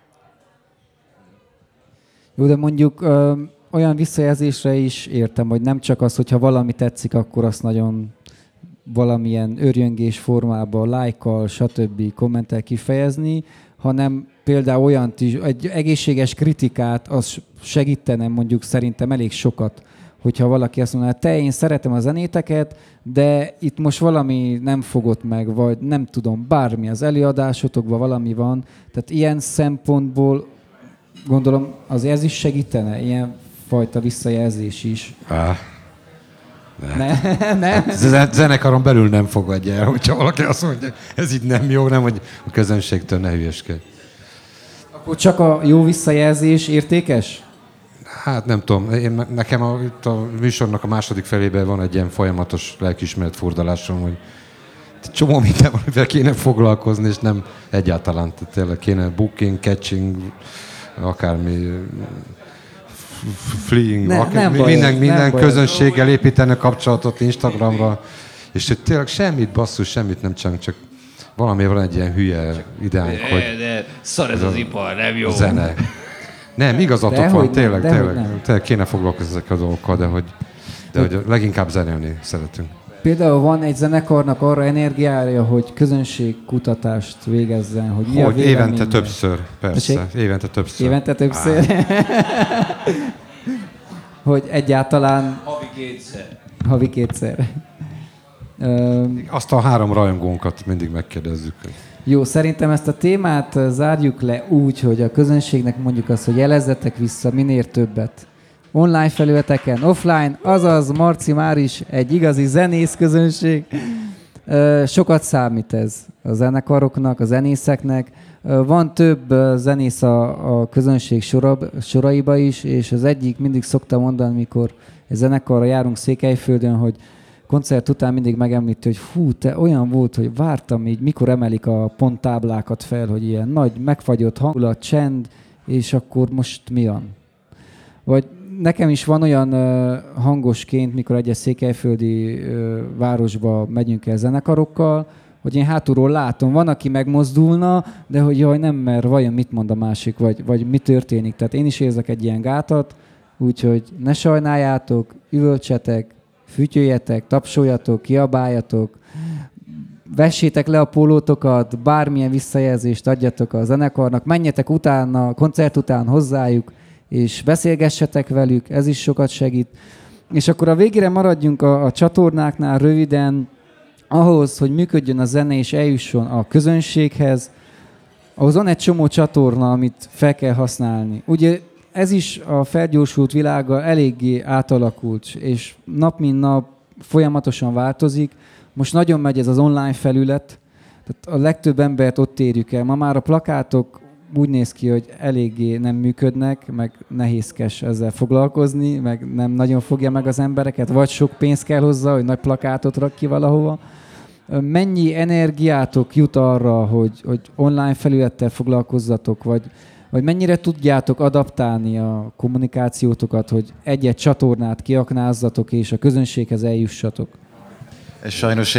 A: Jó, de mondjuk olyan visszajelzésre is értem, hogy nem csak az, hogyha valami tetszik, akkor azt nagyon valamilyen örjöngés formában, lájkkal, stb. Kommentel kifejezni, hanem például olyan is, egy egészséges kritikát, az segítene mondjuk szerintem elég sokat, hogyha valaki azt mondaná, te, én szeretem a zenéteket, de itt most valami nem fogott meg, vagy nem tudom, bármi az előadásotokban valami van. Tehát ilyen szempontból gondolom, azért ez is segítene, ilyen fajta visszajelzés is. Nem.
H: Zenekaron belül nem fogadja el, hogyha valaki azt mondja, ez így nem jó, nem, hogy a közönségtől ne hülyeskedj.
A: Akkor csak a jó visszajelzés értékes?
H: Hát nem tudom, nekem itt a műsornak a második felében van egy ilyen folyamatos lelkiismeret furdalásom, hogy csomó minden van, amivel kéne foglalkozni, és nem egyáltalán. Tehát tényleg kéne booking, catching, akármi, fleeing, minden közönséggel építeni kapcsolatot Instagramra, és hogy tényleg semmit, basszus, semmit nem csak valami van egy ilyen hülye ideánk, hogy...
F: De szar ez az ipar, nem jó.
H: Zene. Nem, igazatok van, tényleg kéne foglalkozni ezekkel a dolgokkal, de hogy leginkább zenélni szeretünk.
A: Például van egy zenekarnak arra energiája, hogy közönségkutatást végezzen, hogy mi a véleménye.
H: Évente többször, persze. Évente többször.
A: Hogy egyáltalán... Havi kétszer.
H: Azt a 3 rajongónkat mindig megkérdezzük.
A: Jó, szerintem ezt a témát zárjuk le úgy, hogy a közönségnek mondjuk azt, hogy jelezzetek vissza minél többet. Online felületeken, offline, azaz Marci már is egy igazi zenész közönség. Sokat számít ez a zenekaroknak, a zenészeknek. Van több zenész a közönség soraiba is, és az egyik mindig szokta mondani, mikor egy zenekarra járunk Székelyföldön, hogy koncert után mindig megemlíti, hogy fú, te olyan volt, hogy vártam így, mikor emelik a ponttáblákat fel, hogy ilyen nagy, megfagyott hangulat, csend, és akkor most mi van? Vagy nekem is van olyan hangosként, mikor egyes székelyföldi városba megyünk el zenekarokkal, hogy én hátulról látom, van, aki megmozdulna, de hogy jaj, nem, mert vajon mit mond a másik, vagy mi történik. Tehát én is érzek egy ilyen gátat, úgyhogy ne sajnáljátok, üvöltsetek, fütyöljetek, tapsoljatok, kiabáljatok, vessétek le a pólótokat, bármilyen visszajelzést adjatok a zenekarnak, menjetek utána, koncert után hozzájuk, és beszélgessetek velük, ez is sokat segít. És akkor a végére maradjunk a csatornáknál röviden, ahhoz, hogy működjön a zene és eljusson a közönséghez, ahhoz van egy csomó csatorna, amit fel kell használni. Ugye ez is a felgyorsult világa eléggé átalakult, és nap mint nap folyamatosan változik. Most nagyon megy ez az online felület, tehát a legtöbb embert ott érjük el. Ma már a plakátok úgy néz ki, hogy eléggé nem működnek, meg nehézkes ezzel foglalkozni, meg nem nagyon fogja meg az embereket, vagy sok pénz kell hozzá, hogy nagy plakátot rak ki valahova. Mennyi energiátok jut arra, hogy online felülettel foglalkozzatok, vagy mennyire tudjátok adaptálni a kommunikációtokat, hogy egy-egy csatornát kiaknázzatok, és a közönséghez eljussatok?
G: Ez sajnos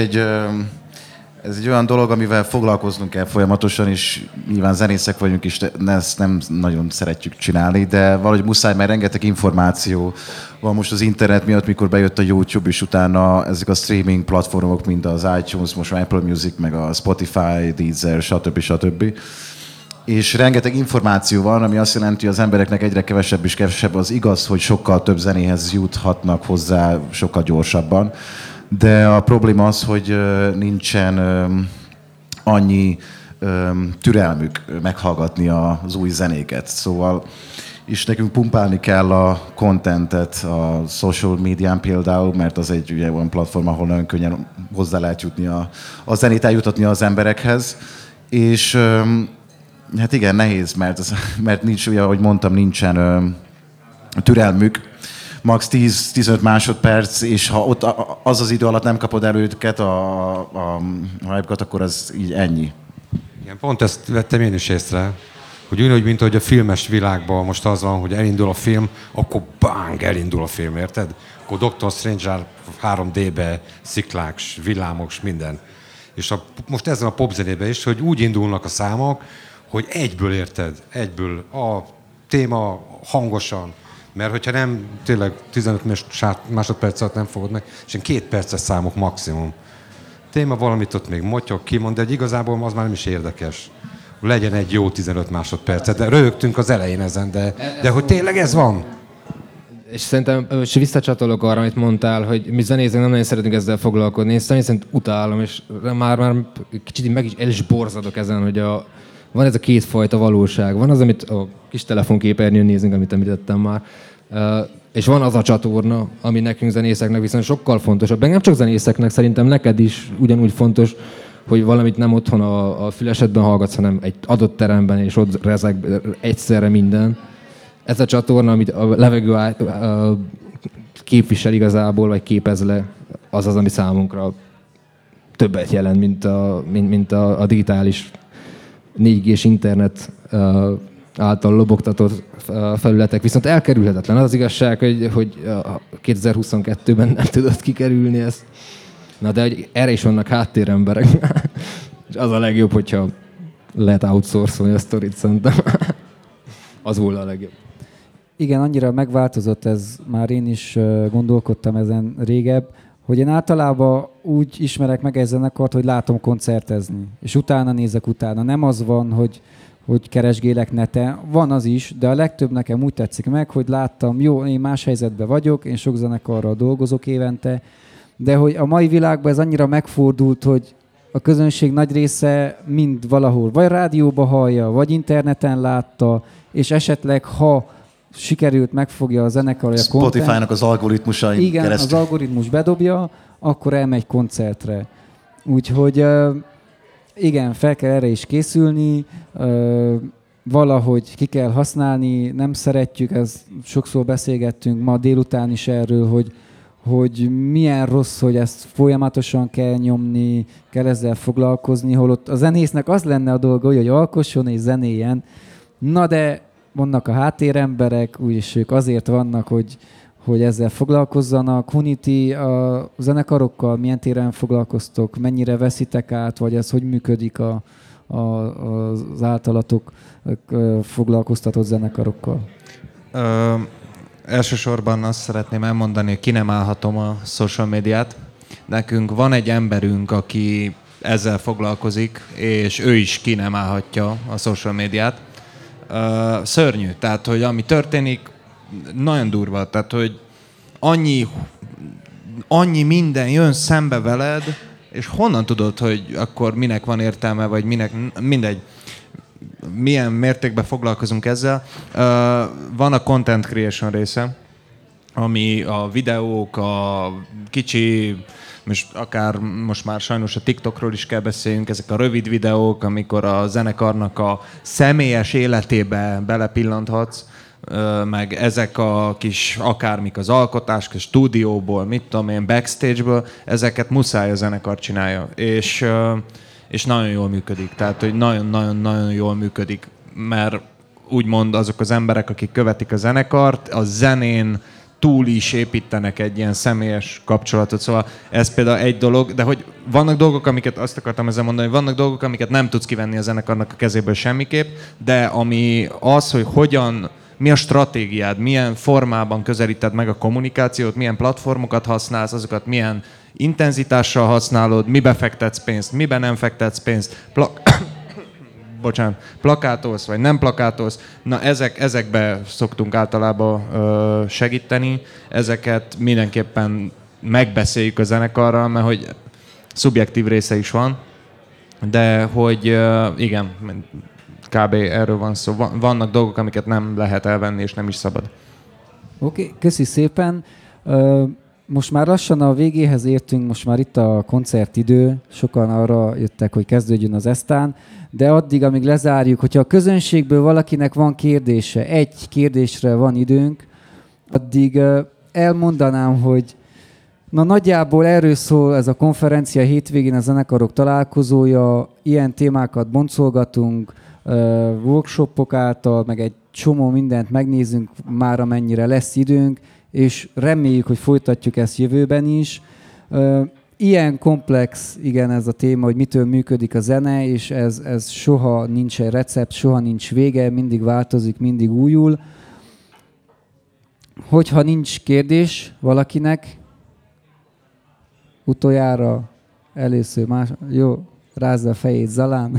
G: ez egy olyan dolog, amivel foglalkoznunk kell folyamatosan, és nyilván zenészek vagyunk is, ezt nem nagyon szeretjük csinálni, de valahogy muszáj, mert rengeteg információ van most az internet miatt, mikor bejött a YouTube, és utána ezek a streaming platformok, mint az iTunes, most Apple Music, meg a Spotify, Deezer, stb. És rengeteg információ van, ami azt jelenti, hogy az embereknek egyre kevesebb és kevesebb. Az igaz, hogy sokkal több zenéhez juthatnak hozzá sokkal gyorsabban, de a probléma az, hogy nincsen annyi türelmük meghallgatni az új zenéket. Szóval és nekünk pumpálni kell a contentet a social médián például, mert az egy ugye olyan platform, ahol nagyon könnyen hozzá lehet jutni a zenét eljutatni az emberekhez. És hát igen, nehéz, mert nincs, ugye, ahogy mondtam, nincsen türelmük. Max 10-15 másodperc, és ha ott az idő alatt nem kapod el őket, a hype-kat, akkor az így ennyi.
H: Igen, pont ezt vettem én is észre, hogy úgy, mint hogy a filmes világban most az van, hogy elindul a film, akkor bang, elindul a film, érted? akkor Dr. Strange 3D-be, sziklák, villámok, minden. És most ezen a popzenében is, hogy úgy indulnak a számok, hogy egyből érted, egyből a téma hangosan, mert hogyha nem, tényleg 15 másodperc alatt nem fogod meg, és én 2 perces számok maximum. Téma valamit ott még motyog, kimond, de igazából az már nem is érdekes. Legyen egy jó 15 másodperc, de röhögtünk az elején ezen, de hogy tényleg ez van?
E: És szerintem, és visszacsatolok arra, amit mondtál, hogy mi zenészek nem nagyon szeretünk ezzel foglalkozni. Én személy szerint utálom, és már kicsit meg is el is borzadok ezen, hogy van ez a kétfajta valóság. Van az, amit a kis telefonképernyőn nézünk, amit említettem már, és van az a csatorna, ami nekünk zenészeknek viszont sokkal fontosabb. De nem csak zenészeknek, szerintem neked is ugyanúgy fontos, hogy valamit nem otthon a fülesedben hallgatsz, hanem egy adott teremben, és ott rezeg egyszerre minden. Ez a csatorna, amit a levegő képvisel igazából, vagy képez le, az az, ami számunkra többet jelent, mint a digitális 4G-s internet által lobogtatott felületek. Viszont elkerülhetetlen. Az az igazság, hogy 2022-ben nem tudod kikerülni ezt. Na de erre is vannak háttéremberek. És az a legjobb, hogyha lehet outsourcolni a sztorit, szerintem. Az volna a legjobb.
A: Igen, annyira megváltozott ez, már én is gondolkodtam ezen régebb, hogy én általában úgy ismerek meg egy zenekart, hogy látom koncertezni, és utána nézek utána. Nem az van, hogy keresgélek neten, van az is, de a legtöbb nekem úgy tetszik meg, hogy láttam, jó, én más helyzetben vagyok, én sok zenekarral dolgozok évente, de hogy a mai világban ez annyira megfordult, hogy a közönség nagy része mind valahol vagy rádióba hallja, vagy interneten látta, és esetleg, ha sikerült, megfogja a zenekar, vagy a
G: Spotify-nak az algoritmusain
A: igen,
G: keresztül.
A: az algoritmus bedobja, akkor elmegy koncertre. Úgyhogy igen, fel kell erre is készülni, valahogy ki kell használni, nem szeretjük, ezt sokszor beszélgettünk ma délután is erről, hogy milyen rossz, hogy ezt folyamatosan kell nyomni, kell ezzel foglalkozni, holott a zenésznek az lenne a dolga, hogy alkosson és zenéjen. Na de vannak a háttéremberek, úgyis ők azért vannak, hogy ezzel foglalkozzanak. Huniti, a zenekarokkal milyen téren foglalkoztok, mennyire veszitek át, vagy ez hogy működik az általatok foglalkoztatott zenekarokkal?
B: Elsősorban azt szeretném elmondani, hogy ki nem állhatom a social médiát. Nekünk van egy emberünk, aki ezzel foglalkozik, és ő is ki nem állhatja a social médiát. Szörnyű, tehát, hogy ami történik, nagyon durva, tehát, hogy annyi minden jön szembe veled, és honnan tudod, hogy akkor minek van értelme, vagy minek, mindegy, milyen mértékben foglalkozunk ezzel. Van a content creation része, ami a videók, a kicsi, most már sajnos a TikTokról is kell beszéljünk, ezek a rövid videók, amikor a zenekarnak a személyes életébe belepillanthatsz, meg ezek a kis akármik az alkotás, a stúdióból, mit tudom én, backstage-ből, ezeket muszáj a zenekar csinálja. És nagyon jól működik. Tehát, hogy nagyon-nagyon-nagyon jól működik, mert úgymond azok az emberek, akik követik a zenekart, a zenén túl is építenek egy ilyen személyes kapcsolatot. Szóval ez például egy dolog, de hogy vannak dolgok, amiket azt akartam ezzel mondani, hogy vannak dolgok, amiket nem tudsz kivenni a zenekarnak a kezéből semmiképp, de ami az, hogy hogyan, mi a stratégiád, milyen formában közelíted meg a kommunikációt, milyen platformokat használsz, azokat milyen intenzitással használod, mibe fektetsz pénzt, miben nem fektetsz pénzt, plakátolsz, vagy nem plakátolsz. Na ezekbe szoktunk általában segíteni. Ezeket mindenképpen megbeszéljük a zenekarral, mert hogy szubjektív része is van. De hogy igen, kb. Erről van szó. Vannak dolgok, amiket nem lehet elvenni, és nem is szabad.
A: Oké, köszi szépen. Most már lassan a végéhez értünk, most már itt a koncertidő, sokan arra jöttek, hogy kezdődjön az eztán, de addig, amíg lezárjuk, hogyha a közönségből valakinek van kérdése, egy kérdésre van időnk, addig elmondanám, hogy na nagyjából erről szól ez a konferencia hétvégén, a zenekarok találkozója, ilyen témákat boncolgatunk, workshopok által, meg egy csomó mindent megnézünk már, amennyire lesz időnk, és reméljük, hogy folytatjuk ezt jövőben is. Ilyen komplex, igen, ez a téma, hogy mitől működik a zene, és ez soha nincs egy recept, soha nincs vége, mindig változik, mindig újul. Hogyha nincs kérdés valakinek, utoljára, először, jó, rázza a fejét, Zalán.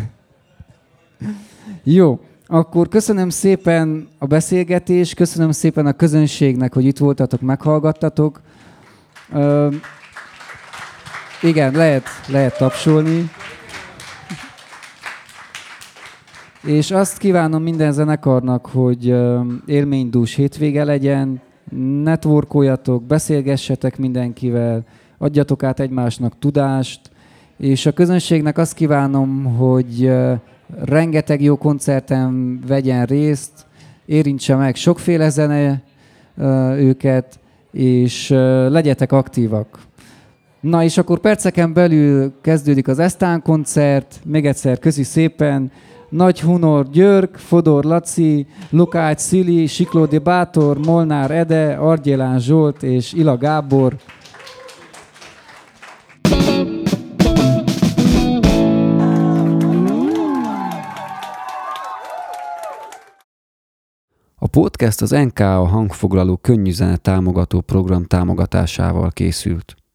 A: Jó, akkor köszönöm szépen a beszélgetést, köszönöm szépen a közönségnek, hogy itt voltatok, meghallgattatok. Igen, lehet tapsolni. És azt kívánom minden zenekarnak, hogy élménydús hétvége legyen, networkoljatok, beszélgessetek mindenkivel, adjatok át egymásnak tudást, és a közönségnek azt kívánom, hogy rengeteg jó koncerten vegyen részt, érintse meg sokféle zene őket, és legyetek aktívak. Na és akkor perceken belül kezdődik az Esztán koncert, még egyszer köszi szépen, Nagy Hunor Györg, Fodor Laci, Lukács Szili, Siklódi Bátor, Molnár Ede, Argyélán Zsolt és Ila Gábor. A podcast az NKA hangfoglaló könnyű zene támogató program támogatásával készült.